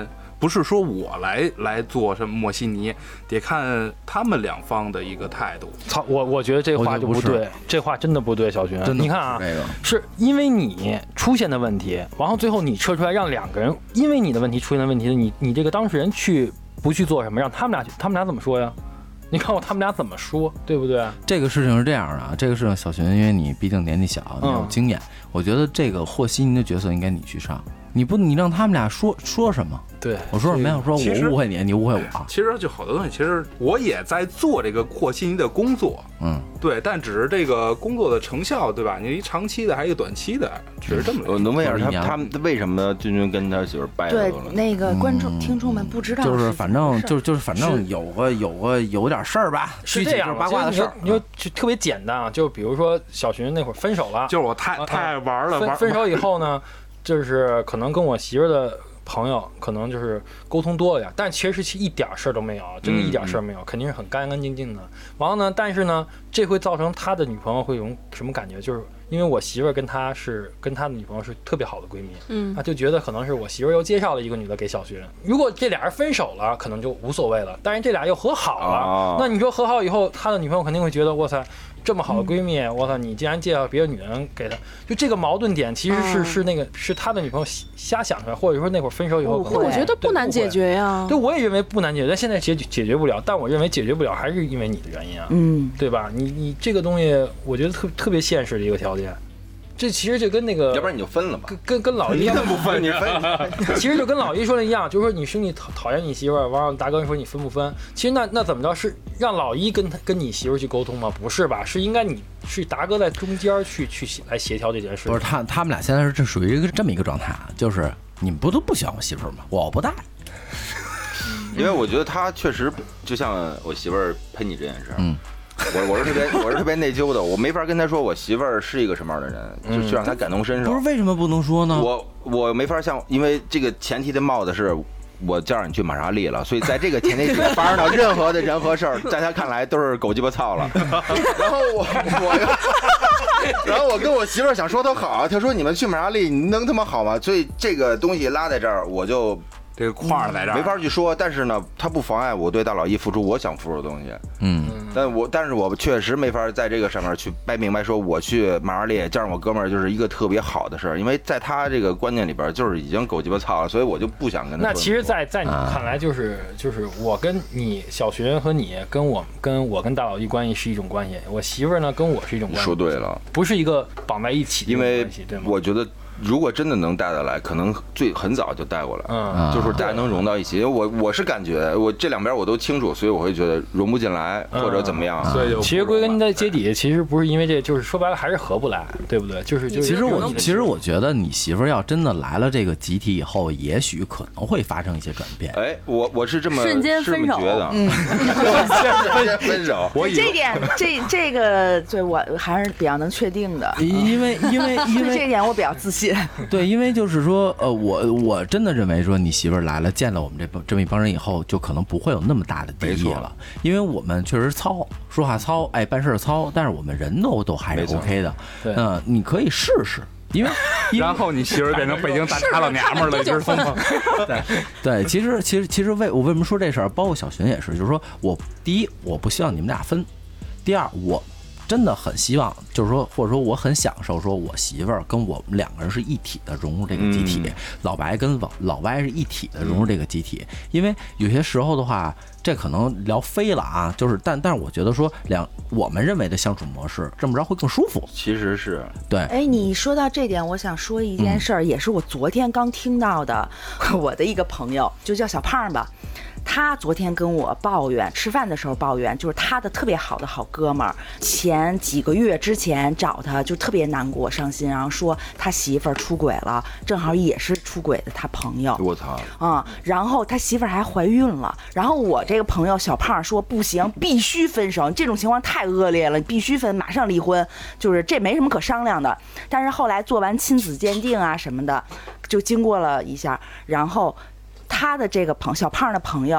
Speaker 3: 不是说我来来做什么抹稀泥，得看他们两方的一个态度。
Speaker 4: 操，我我觉得这话就不对，这话真的不对，小军，你看啊，
Speaker 1: 这个
Speaker 4: 是因为你出现的问题，然后最后你撤出来，让两个人因为你的问题出现的问题，你你这个当事人去不去做什么，让他们俩去，他们俩怎么说呀？你看我他们俩怎么说，对不对？
Speaker 1: 这个事情是这样的啊，这个事情小群，因为你毕竟年纪小，你有经验，嗯、我觉得这个和稀泥的角色应该你去上，你不你让他们俩说说什么？
Speaker 4: 对，
Speaker 1: 我说什么呀？我说我误会你，你误会我。
Speaker 3: 其实就好多东西，其实我也在做这个和稀泥的工作，嗯，对，但只是这个工作的成效，对吧？你一长期的还是一个短期的，只是这么。
Speaker 2: 我能问一下他他们为什么君君跟他媳妇掰了？
Speaker 5: 对，那个观众、嗯、听众们不知道，
Speaker 1: 就是反正就是就是反正有个有个有点事儿吧，
Speaker 4: 是这样
Speaker 1: 八卦的事儿。
Speaker 4: 你就就特别简单啊，就比如说小群那会儿分手了，
Speaker 3: 就是我太太爱玩了，
Speaker 4: 分分手以后呢，就是可能跟我媳妇的朋友可能就是沟通多了点，但其实是一点事儿都没有，真的一点事儿没有，嗯、肯定是很干干净净的。完了呢，但是呢，这会造成他的女朋友会有什么感觉？就是因为我媳妇儿跟他是跟他的女朋友是特别好的闺蜜，嗯，他就觉得可能是我媳妇儿又介绍了一个女的给小学。如果这俩人分手了，可能就无所谓了，但是这俩又和好了，哦、那你说和好以后，他的女朋友肯定会觉得，哇塞。这么好的闺蜜，我操！你竟然介绍别的女人给他，就这个矛盾点其实是、嗯、是那个是他的女朋友瞎想出来，或者说那会儿分手以后，
Speaker 6: 我觉得不难解决呀。
Speaker 4: 对，我也认为不难解决，但现在解解决不了。但我认为解决不了还是因为你的原因啊，
Speaker 5: 嗯，
Speaker 4: 对吧？你你这个东西，我觉得特特别现实的一个条件。这其实就跟那个，
Speaker 2: 要不然你就分了吧。
Speaker 4: 跟跟跟老一，
Speaker 2: 你怎么不分？你分。
Speaker 4: 其实就跟老一说的一样，就是说你兄弟讨讨厌你媳妇儿，完了大哥说你分不分？其实那那怎么着是让老一跟他跟你媳妇儿去沟通吗？不是吧？是应该你是达哥在中间去去来协调这件事。
Speaker 1: 不是他他们俩现在是这属于一个这么一个状态啊，就是你们不都不喜欢我媳妇儿吗？我不带。
Speaker 2: 因为我觉得他确实就像我媳妇儿喷你这件事，嗯。我我是特别我是特别内疚的，我没法跟他说我媳妇儿是一个什么样的人，就去让他感同身受。
Speaker 1: 不是为什么不能说呢？
Speaker 2: 我我没法像，因为这个前提的帽子是我叫上你去玛莎丽了，所以在这个前提下发生到任何的人和事儿，在他看来都是狗鸡巴操了。然后我我，然后我跟我媳妇儿想说他好，他说你们去玛莎丽你能他妈好吗？所以这个东西拉在这儿，我就。
Speaker 3: 这个框在这儿、
Speaker 2: 嗯、没法去说，但是呢，它不妨碍我对大老一付出我想付出的东西。嗯，但我但是我确实没法在这个上面去掰明白，说我去玛莎丽叫上我哥们儿就是一个特别好的事儿，因为在他这个观念里边就是已经狗鸡巴操了，所以我就不想跟他说。
Speaker 4: 那其实在，在在你看来，就是就是我跟你小学和你跟我跟我跟大老一关系是一种关系，我媳妇儿呢跟我是一种关系。
Speaker 2: 说对了，
Speaker 4: 不是一个绑在一起的关系，对吗？
Speaker 2: 我觉得。如果真的能带得来，可能最很早就带过来，嗯，就是大家能融到一起。因为我我是感觉我这两边我都清楚，所以我会觉得融不进来或者怎么样。
Speaker 4: 所以、嗯、其实归根在结底，其实不是因为这，就是说白了还是合不来，对不对？就是就是。
Speaker 1: 其实我其实我觉得你媳妇儿要真的来了这个集体以后，也许可能会发生一些转变。
Speaker 2: 哎，我我是这么
Speaker 7: 瞬间分手，
Speaker 2: 觉得，嗯，瞬间分手。
Speaker 5: 我这点这这个对我还是比较能确定的，
Speaker 1: 因为因为因为
Speaker 5: 这点我比较自信。
Speaker 1: 对，因为就是说，呃，我我真的认为说，你媳妇儿来了，见了我们这帮这么一帮人以后，就可能不会有那么大的敌意了，因为我们确实糙，说话糙，哎，办事糙，但是我们人都都还是 OK 的。嗯、呃，你可以试试。因为，
Speaker 3: 然后你媳妇儿变成北京大大老娘们了，你知道吗？
Speaker 1: 对对，其实其实其实为我为什么说这事儿，包括小寻也是，就是说我第一我不希望你们俩分，第二我。真的很希望，就是说，或者说我很享受，说我媳妇儿跟我们两个人是一体的融入这个集体，嗯、老白跟老老歪是一体的融入这个集体。因为有些时候的话，这可能聊飞了啊，就是但但是我觉得说两我们认为的相处模式，这么着会更舒服。
Speaker 2: 其实是
Speaker 1: 对。
Speaker 5: 哎，你说到这点，我想说一件事儿，嗯、也是我昨天刚听到的，我的一个朋友，就叫小胖吧。他昨天跟我抱怨，吃饭的时候抱怨，就是他的特别好的好哥们儿，前几个月之前找他就特别难过伤心，然后说他媳妇儿出轨了，正好也是出轨的他朋友。
Speaker 2: 我操！
Speaker 5: 啊、嗯，然后他媳妇儿还怀孕了，然后我这个朋友小胖说不行，必须分手，这种情况太恶劣了，必须分，马上离婚，就是这没什么可商量的。但是后来做完亲子鉴定啊什么的，就经过了一下，然后。他的这个朋小胖的朋友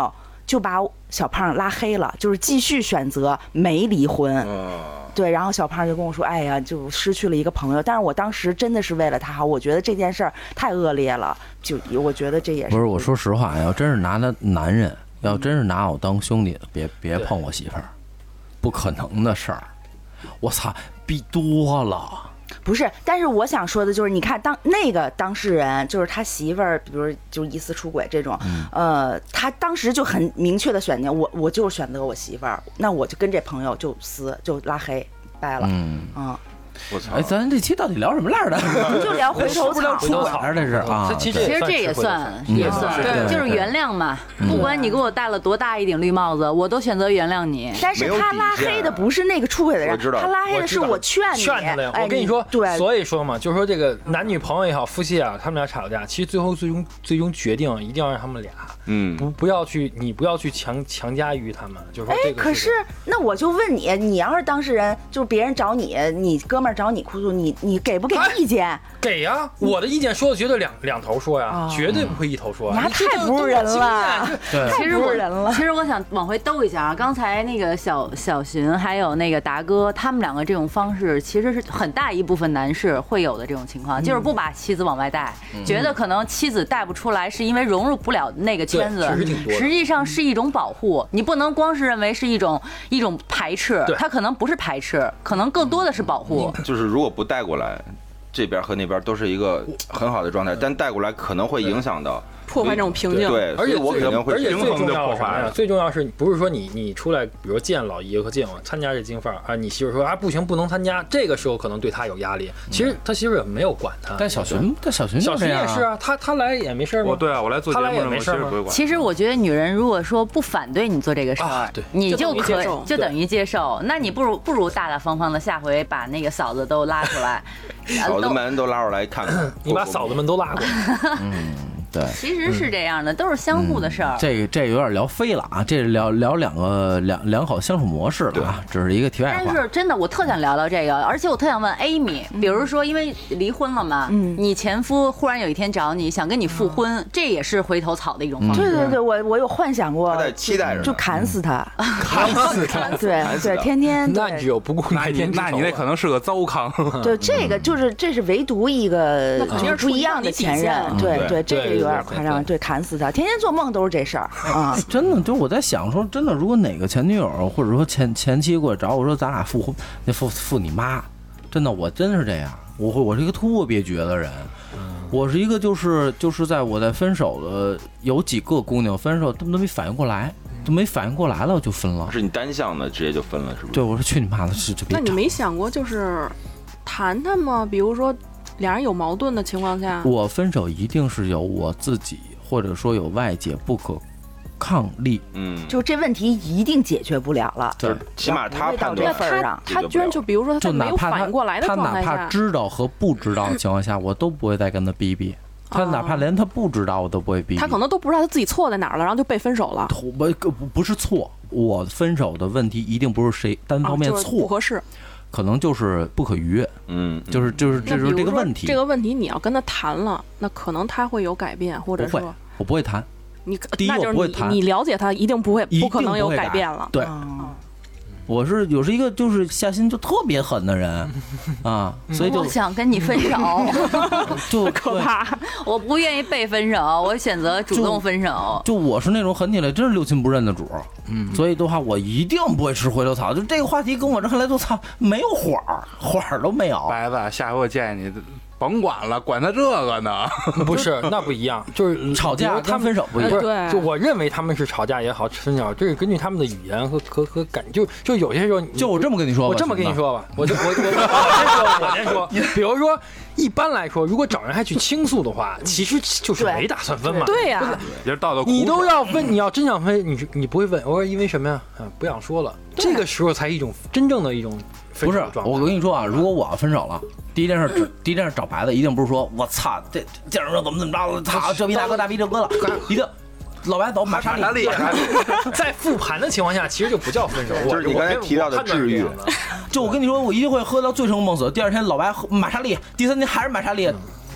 Speaker 5: 就把小胖拉黑了，就是继续选择没离婚。
Speaker 2: 哦
Speaker 5: 对，然后小胖就跟我说：“哎呀，就失去了一个朋友。”但是我当时真的是为了他好，我觉得这件事儿太恶劣了，就我觉得这也是
Speaker 1: 不是我说实话，要真是拿他男人，要真是拿我当兄弟，别别碰我媳妇儿，不可能的事儿。我操，逼多了。
Speaker 5: 不是，但是我想说的就是，你看当那个当事人就是他媳妇儿，比如就疑似出轨这种，
Speaker 1: 嗯、
Speaker 5: 呃，他当时就很明确的选择我，我就选择我媳妇儿，那我就跟这朋友就撕，就拉黑，掰了，
Speaker 1: 嗯
Speaker 5: 嗯
Speaker 2: 我操！
Speaker 1: 哎，咱这期到底聊什么来着？
Speaker 5: 就聊回头草，
Speaker 1: 回头草这是啊。
Speaker 4: 其实
Speaker 7: 其实这也算也算，
Speaker 1: 对，
Speaker 7: 就是原谅嘛。不管你给我戴了多大一顶绿帽子，我都选择原谅你。
Speaker 5: 但是他拉黑的不是那个出轨的人，他拉黑的是我劝你。
Speaker 4: 劝他的。
Speaker 5: 哎、
Speaker 4: 我跟你说，
Speaker 5: 对，
Speaker 4: 所以说嘛，就是说这个男女朋友也好，夫妻啊，他们俩吵架，其实最后最终最终决定一定要让他们俩，
Speaker 2: 嗯，
Speaker 4: 不不要去，你不要去强强加于他们，就是说这个。
Speaker 5: 哎，可是那我就问你，你要是当事人，就是别人找你，你哥们儿找你哭诉，你你给不给意见？
Speaker 4: 哎、给呀、啊，我的意见说的绝对两两头说呀，哦、绝对不会一头说。
Speaker 5: 你还太不是人了，
Speaker 1: 对，
Speaker 7: 其实我
Speaker 5: 人了。
Speaker 7: 其实我想往回兜一下啊，刚才那个小小寻还有那个达哥，他们两个这种方式，其实是很大一部分男士会有的这种情况，嗯、就是不把妻子往外带，嗯、觉得可能妻子带不出来，是因为融入不了那个圈子，实际上是一种保护。你不能光是认为是一种一种排斥，它可能不是排斥，可能更多的是保护。
Speaker 2: 就是如果不带过来，这边和那边都是一个很好的状态，但带过来可能会影响到。
Speaker 6: 破坏这种平静，
Speaker 2: 对，
Speaker 4: 而且
Speaker 2: 我肯定会
Speaker 4: 平衡的
Speaker 3: 破坏。
Speaker 4: 最重要是不是说你你出来，比如见老姨和见我参加这京范儿啊，你媳妇说啊不行不能参加，这个时候可能对他有压力。其实他媳妇也没有管他。
Speaker 1: 但小寻，但小寻
Speaker 4: 小寻也是啊，他他来也没事吗？
Speaker 3: 我对啊，我来做节目
Speaker 4: 也没事吗？
Speaker 7: 其实我觉得女人如果说不反对你做这个事儿，
Speaker 4: 啊、
Speaker 7: 你就可以就等于接受。那你不如不如大大方方的下回把那个嫂子都拉出来，
Speaker 2: 嫂子们都拉出来看看，
Speaker 4: 你把嫂子们都拉过来。
Speaker 1: 嗯。对，
Speaker 7: 其实是这样的，嗯、都是相互的事儿。
Speaker 1: 这个这有点聊飞了啊，这是聊聊两个两两口相处模式了啊，这是一个题外话。
Speaker 7: 但是真的，我特想聊聊这个，而且我特想问 Amy， 比如说，因为离婚了嘛，嗯，你前夫忽然有一天找你，想跟你复婚，嗯、这也是回头草的一种方式。
Speaker 5: 对对对，我我有幻想过，
Speaker 2: 他在期待着，
Speaker 5: 就砍死他，
Speaker 2: 砍死他，
Speaker 5: 对对，天天。
Speaker 4: 那只有不顾那天，
Speaker 3: 那你那可能是个糟糠。
Speaker 5: 对，这个就是这是唯独一个不一样的前任，对对，这个有点夸张，对。砍死他，天天做梦都是这事儿啊！
Speaker 1: 真的，就我在想说，真的，如果哪个前女友或者说前前妻过来找我说咱俩复婚，那复复你妈！真的，我真是这样，我会我是一个特别绝的人，我是一个就是就是在我在分手的有几个姑娘分手，他们都没反应过来，都没反应过来了就分了。
Speaker 2: 是你单向的直接就分了，是不是？
Speaker 1: 对，我说去你妈的，是这别。
Speaker 6: 那你没想过就是谈谈吗？比如说俩人有矛盾的情况下，
Speaker 1: 我分手一定是有我自己。或者说有外界不可抗力，
Speaker 2: 嗯，
Speaker 5: 就这问题一定解决不了了。
Speaker 2: 对，起码他判断
Speaker 6: 他他居然就比如说他没有反应过来的状态下，
Speaker 1: 他哪怕知道和不知道的情况下，我都不会再跟他逼逼。他哪怕连他不知道，我都不会逼逼。
Speaker 6: 他可能都不知道他自己错在哪儿了，然后就被分手了。
Speaker 1: 不不是错，我分手的问题一定不是谁单方面错，
Speaker 6: 不合适。
Speaker 1: 可能就是不可逾越，嗯，就是就是这就是这个问题。
Speaker 6: 这个问题你要跟他谈了，那可能他会有改变，或者说
Speaker 1: 我不会谈。
Speaker 6: 你
Speaker 1: 第一我不会谈，
Speaker 6: 你了解他一定不会，不可能有改变了。
Speaker 1: 对，我是有是一个就是下心就特别狠的人啊，所以就
Speaker 7: 我想跟你分手，
Speaker 1: 就
Speaker 6: 可怕。
Speaker 7: 我不愿意被分手，我选择主动分手。
Speaker 1: 就我是那种狠起来真是六亲不认的主，嗯，所以的话我一定不会吃回头草。就这个话题跟我这看来都操没有火儿，火儿都没有。
Speaker 3: 白子，下回我建议你。甭管了，管他这个呢？
Speaker 4: 不是，那不一样，就是
Speaker 1: 吵架跟分手不一样。
Speaker 6: 对，
Speaker 4: 就我认为他们是吵架也好，分手，这是根据他们的语言和和和感，就就有些时候，
Speaker 1: 就我这么跟你说吧，
Speaker 4: 我这么跟你说吧，我就我我我先说，我先说，比如说，一般来说，如果找人还去倾诉的话，其实就是没打算分嘛。
Speaker 6: 对呀，
Speaker 3: 也是道德。
Speaker 4: 你都要分，你要真想分，你你不会问，我说因为什么呀？啊，不想说了。这个时候才一种真正的一种分手状态。
Speaker 1: 不是，我跟你说啊，如果我要分手了。第一件事，第一件事找白的，一定不是说我操，这这人怎么怎么着了，操这逼大哥大逼这哥了，一定老白走，玛莎丽。
Speaker 4: 在复盘的情况下，其实就不叫分手，
Speaker 2: 就是你刚才提到的治愈。
Speaker 1: 就我跟你说，我一定会喝到醉生梦死。第二天老白喝玛莎丽，第三天还是玛莎丽，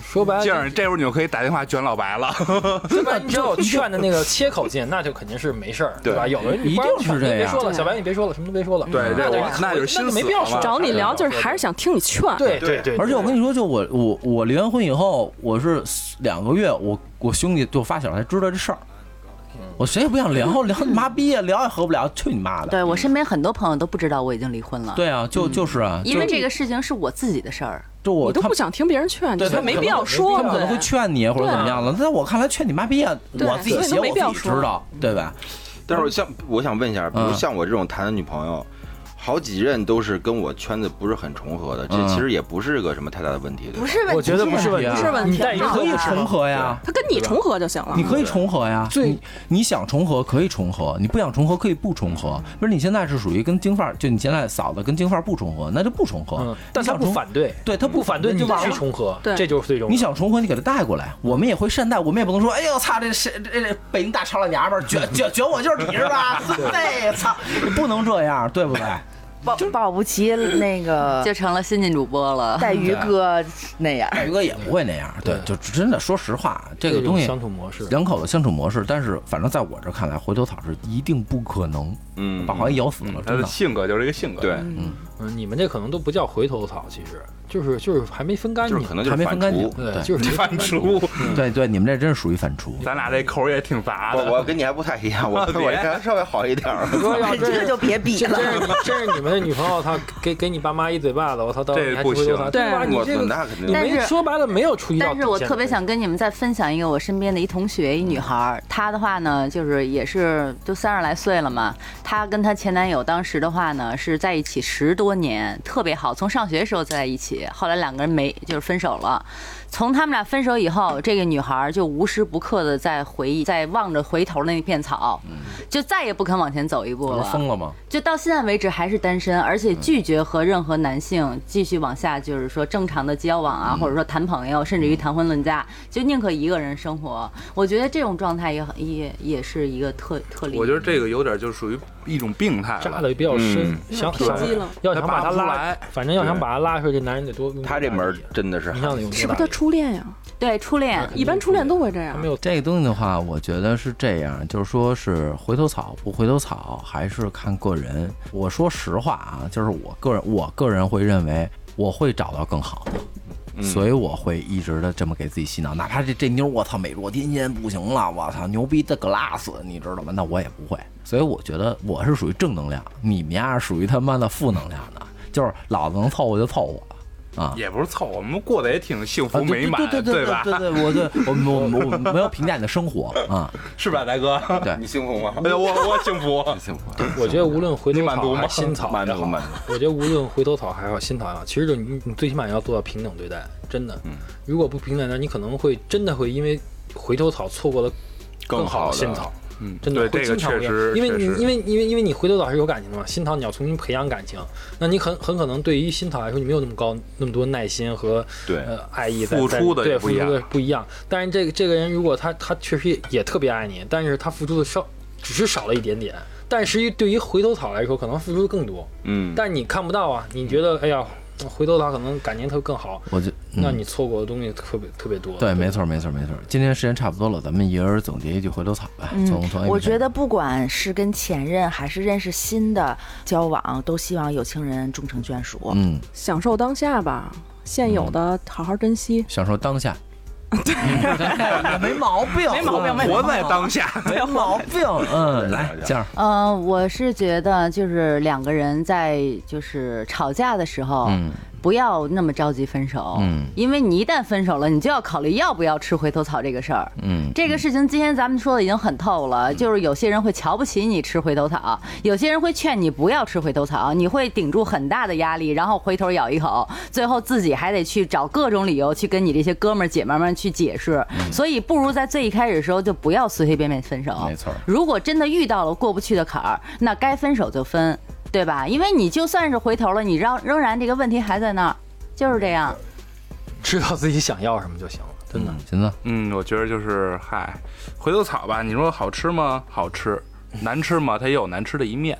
Speaker 4: 说白了，
Speaker 3: 这样这会儿你就可以打电话卷老白了。
Speaker 4: 说白了，你只有劝的那个切口劲，那就肯定是没事儿，对吧？有的人
Speaker 1: 一定是这样。
Speaker 4: 别说了，小白你别说了，什么都别说了。
Speaker 3: 对，这我那就是心死了。
Speaker 6: 找你聊就是还是想听你劝。
Speaker 4: 对对对。
Speaker 1: 而且我跟你说，就我我我离完婚以后，我是两个月，我我兄弟就发小才知道这事儿。我谁也不想聊，聊你妈逼呀，聊也合不了，去你妈的！
Speaker 7: 对我身边很多朋友都不知道我已经离婚了。
Speaker 1: 对啊，就就是啊，
Speaker 7: 因为这个事情是我自己的事儿，
Speaker 1: 就我
Speaker 6: 你都不想听别人劝，
Speaker 1: 对他
Speaker 6: 没必要说，
Speaker 1: 他们可能会劝你或者怎么样了。在我看来，劝你妈逼啊，我自己写我自己知道，对吧？
Speaker 2: 但是像我想问一下，比如像我这种谈的女朋友。好几任都是跟我圈子不是很重合的，这其实也不是个什么太大的问题。
Speaker 5: 不是问题，
Speaker 4: 我觉得不是问题，
Speaker 6: 不是问题，
Speaker 4: 你
Speaker 1: 可以重合呀，
Speaker 6: 他跟你重合就行了。
Speaker 1: 你可以重合呀，你你想重合可以重合，你不想重合可以不重合。不是你现在是属于跟京范儿，就你现在嫂子跟京范儿不重合，那就不重合。
Speaker 4: 但他不反对，
Speaker 1: 对他不
Speaker 4: 反对你去重合，这就是最重要。
Speaker 1: 你想重合，你给他带过来，我们也会善待，我们也不能说，哎呦操，这谁这这北京大长老娘们儿卷卷卷我就是你是吧？对，操，不能这样，对不对？
Speaker 5: 保保不齐那个
Speaker 7: 就成了新晋主播了，
Speaker 5: 带鱼哥那样，
Speaker 1: 带鱼哥也不会那样，对，就真的说实话，这个东西
Speaker 4: 相处模式，
Speaker 1: 两口子相处模式，但是反正在我这看来，回头草是一定不可能，嗯，把黄爷咬死了，
Speaker 3: 他的性格就是这个性格，
Speaker 2: 对，
Speaker 1: 嗯
Speaker 4: 嗯，你们这可能都不叫回头草，其实就是就是还没分干净，
Speaker 2: 可能就是
Speaker 1: 还没分干净，
Speaker 4: 对，就是
Speaker 3: 反刍，
Speaker 1: 对对，你们这真是属于反刍，
Speaker 3: 咱俩这口也挺杂的，
Speaker 2: 我跟你还不太一样，我我这稍微好一点，
Speaker 5: 这就别比了，
Speaker 4: 这是这是你们的女朋友，她给给你爸妈一嘴巴子，我操，到
Speaker 3: 这不行，
Speaker 4: 对吧？你这个
Speaker 2: 那肯定，
Speaker 4: 你没说白了没有出一道，
Speaker 7: 但是我特别想跟你们再分享一个我身边的一同学，一女孩，她的话呢，就是也是都三十来岁了嘛，她跟她前男友当时的话呢是在一起十多年，特别好，从上学的时候在一起，后来两个人没就是分手了。从他们俩分手以后，这个女孩就无时不刻的在回忆，在望着回头的那片草，就再也不肯往前走一步了。
Speaker 1: 疯了吗？
Speaker 7: 就到现在为止还是单身，而且拒绝和任何男性继续往下，就是说正常的交往啊，或者说谈朋友，甚至于谈婚论嫁，就宁可一个人生活。我觉得这种状态也也也是一个特特例。
Speaker 3: 我觉得这个有点就属于一种病态了，
Speaker 4: 扎的比较深，想
Speaker 6: 偏激了。
Speaker 4: 要想把他拉，反正要想把他拉出来，这男人得多。
Speaker 2: 他这门真的是，
Speaker 4: 你像有
Speaker 6: 是不是他初恋呀？
Speaker 7: 对，初恋，
Speaker 6: 一般初恋都会这样。
Speaker 4: 没有
Speaker 1: 这个东西的话，我觉得是这样，就是说是回头草不回头草，还是看个人。我说实话啊，就是我个人，我个人会认为我会找到更好的。所以我会一直的这么给自己洗脑，哪怕这这妞我操美若天仙不行了，我操牛逼的 glass， 你知道吗？那我也不会。所以我觉得我是属于正能量，你们家是属于他妈的负能量的，就是老子能凑合就凑合。啊，
Speaker 3: 也不是凑，我们过得也挺幸福美满，
Speaker 1: 对对对对对对，我对我我我没有评价你的生活啊，
Speaker 3: 是吧，大哥？
Speaker 1: 对，
Speaker 2: 你幸福吗？
Speaker 3: 哎呀，我我幸福，
Speaker 2: 幸福。
Speaker 4: 我觉得无论回头草还是新草
Speaker 2: 也好，
Speaker 4: 我觉得无论回头草还是新草也好，其实就你你最起码要做到平等对待，真的。如果不平等，那你可能会真的会因为回头草错过了更好的新草。
Speaker 3: 嗯，
Speaker 4: 真的会经常会，因为你因为因为因为你回头草是有感情的嘛，新草你要重新培养感情，那你很很可能对于新草来说，你没有那么高那么多耐心和
Speaker 2: 对
Speaker 4: 呃爱意
Speaker 3: 付出的
Speaker 4: 对付出的不一样。但是这个这个人如果他他确实也也特别爱你，但是他付出的少只是少了一点点，但是对于回头草来说，可能付出的更多。嗯，但是你看不到啊，你觉得哎呀。回头他可能感情特更好，我就、嗯、那你错过的东西特别特别多。
Speaker 1: 对，没错没错没错。今天时间差不多了，咱们一人总结一句回头草吧。
Speaker 5: 嗯、
Speaker 1: 从从
Speaker 5: 我觉得不管是跟前任还是认识新的交往，都希望有情人终成眷属。
Speaker 1: 嗯，
Speaker 6: 享受当下吧，现有的好好珍惜，
Speaker 1: 嗯、享受当下。也没毛病，
Speaker 6: 没毛病，没
Speaker 3: 活在当下，
Speaker 1: 没毛病。嗯，来这样。
Speaker 7: 呃，我是觉得就是两个人在就是吵架的时候，嗯，不要那么着急分手，嗯，因为你一旦分手了，你就要考虑要不要吃回头草这个事儿，嗯，这个事情今天咱们说的已经很透了，就是有些人会瞧不起你吃回头草，有些人会劝你不要吃回头草，你会顶住很大的压力，然后回头咬一口，最后自己还得去找各种理由去跟你这些哥们儿姐妹们去解释，嗯、所以不如在最一开始的时候就不要随随便便分手，
Speaker 1: 没错。
Speaker 7: 如果真的遇到了过不去的坎儿，那该分手就分。对吧？因为你就算是回头了，你让仍然这个问题还在那儿，就是这样。
Speaker 4: 知道自己想要什么就行了，真的。
Speaker 1: 行了，
Speaker 3: 嗯，我觉得就是嗨，回头草吧。你说好吃吗？好吃，难吃吗？它也有难吃的一面。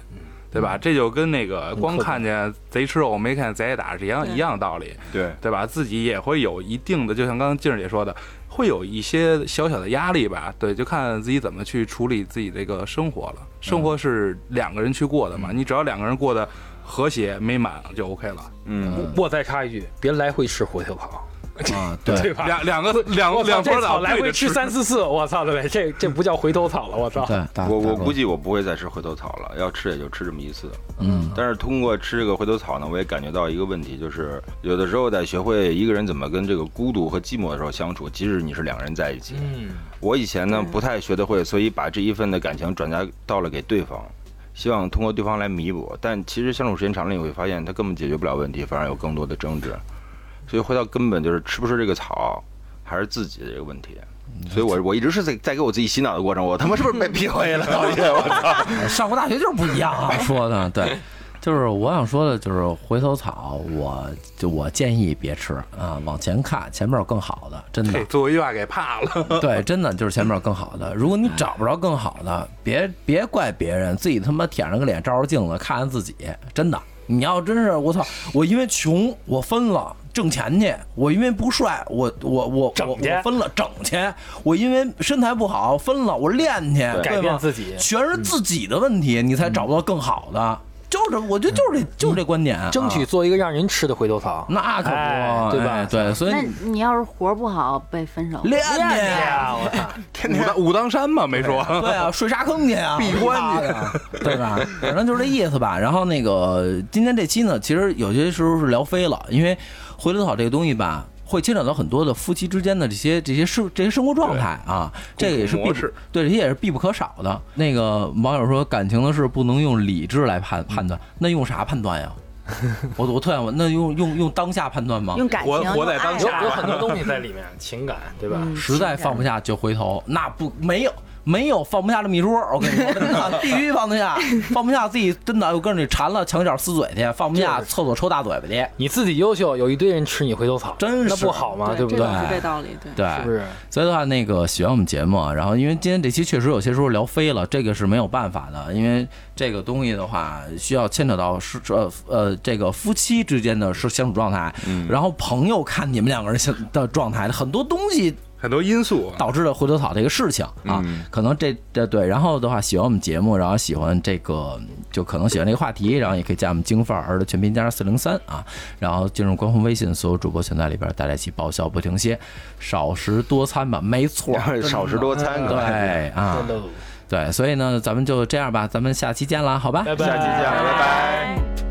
Speaker 3: 对吧？这就跟那个光看见贼吃肉没看见贼挨打是一样一样的道理，
Speaker 2: 对
Speaker 3: 对吧？自己也会有一定的，就像刚刚静儿姐说的，会有一些小小的压力吧。对，就看自己怎么去处理自己这个生活了。生活是两个人去过的嘛，你只要两个人过得和谐美满就 OK 了。
Speaker 2: 嗯，
Speaker 4: 我再插一句，别来回吃回头草。
Speaker 1: 啊，对
Speaker 4: 对吧？
Speaker 3: 两两个两
Speaker 4: 我操
Speaker 3: 两坨
Speaker 4: 草来回吃三四次，我操对，这这不叫回头草了，我操。
Speaker 1: 对，大
Speaker 2: 我我
Speaker 1: 大
Speaker 2: 估计我不会再吃回头草了，要吃也就吃这么一次。
Speaker 1: 嗯，
Speaker 2: 但是通过吃这个回头草呢，我也感觉到一个问题，就是有的时候在学会一个人怎么跟这个孤独和寂寞的时候相处，即使你是两个人在一起。
Speaker 4: 嗯，
Speaker 2: 我以前呢不太学得会，所以把这一份的感情转嫁到了给对方，希望通过对方来弥补。但其实相处时间长了，你会发现他根本解决不了问题，反而有更多的争执。所以回到根本，就是吃不吃这个草，还是自己的这个问题。所以我我一直是在在给我自己洗脑的过程，我他妈是不是被 P U A 了？我操！
Speaker 1: 上过大学就是不一样啊，说的对。就是我想说的，就是回头草，我就我建议别吃啊，往前看，前面有更好的，真的。
Speaker 3: 最后一句话给怕了。
Speaker 1: 对，真的就是前面有更好的。如果你找不着更好的，别别怪别人，自己他妈舔着个脸，照着镜子看看自己，真的。你要真是我操，我因为穷我分了挣钱去，我因为不帅我我我我我分了整去，我因为身材不好分了我练去，
Speaker 4: 改变自己，
Speaker 1: 全是自己的问题，你才找不到更好的。就是我觉得就是这就是这观点，
Speaker 4: 争取做一个让人吃的回头草，
Speaker 1: 那可不，
Speaker 4: 对吧？
Speaker 1: 对，所以
Speaker 7: 那你要是活不好被分手，
Speaker 1: 练去
Speaker 4: 呀！我操，
Speaker 3: 天天武当山嘛，没说。
Speaker 1: 对啊，睡沙坑去啊，
Speaker 3: 闭关去，
Speaker 1: 对吧？反正就是这意思吧。然后那个今天这期呢，其实有些时候是聊飞了，因为回头草这个东西吧，会牵扯到很多的夫妻之间的这些这些生这些生活状态啊，这个也是必对，这些也是必不可少的。那个网友说，感情的事不能用理智来判判断，那用啥判断呀？我我特想问，那用用用当下判断吗？
Speaker 5: 用感情，
Speaker 3: 活活在当下，
Speaker 4: 有有很多东西在里面，情感对吧？
Speaker 1: 实在放不下就回头，那不没有。没有放不下这么一说，我跟你说，真的必须放得下，放不下自己真的，我跟你馋了墙角撕嘴去，放不下厕所抽大嘴巴去。
Speaker 4: 你自己优秀，有一堆人吃你回头草，
Speaker 1: 真是
Speaker 4: 那不好吗？对不对？
Speaker 6: 这是这道理，对，
Speaker 1: 对，
Speaker 4: 是不是？
Speaker 1: 所以的话，那个喜欢我们节目，然后因为今天这期确实有些时候聊飞了，这个是没有办法的，因为这个东西的话，需要牵扯到是呃呃这个夫妻之间的是相处状态，嗯，然后朋友看你们两个人相的状态，很多东西。
Speaker 3: 很多因素
Speaker 1: 导致了回头草这个事情啊，嗯、可能这这对，然后的话喜欢我们节目，然后喜欢这个，就可能喜欢这个话题，然后也可以加我们京范儿的全拼加上四零三啊，然后进入官方微信，所有主播全在里边，大家一起爆笑不停歇，少食多餐吧，没错，
Speaker 2: 少食多餐，
Speaker 1: 对啊，对，所以呢，咱们就这样吧，咱们下期见了，好吧？
Speaker 4: 拜拜，
Speaker 2: 下期见，拜拜。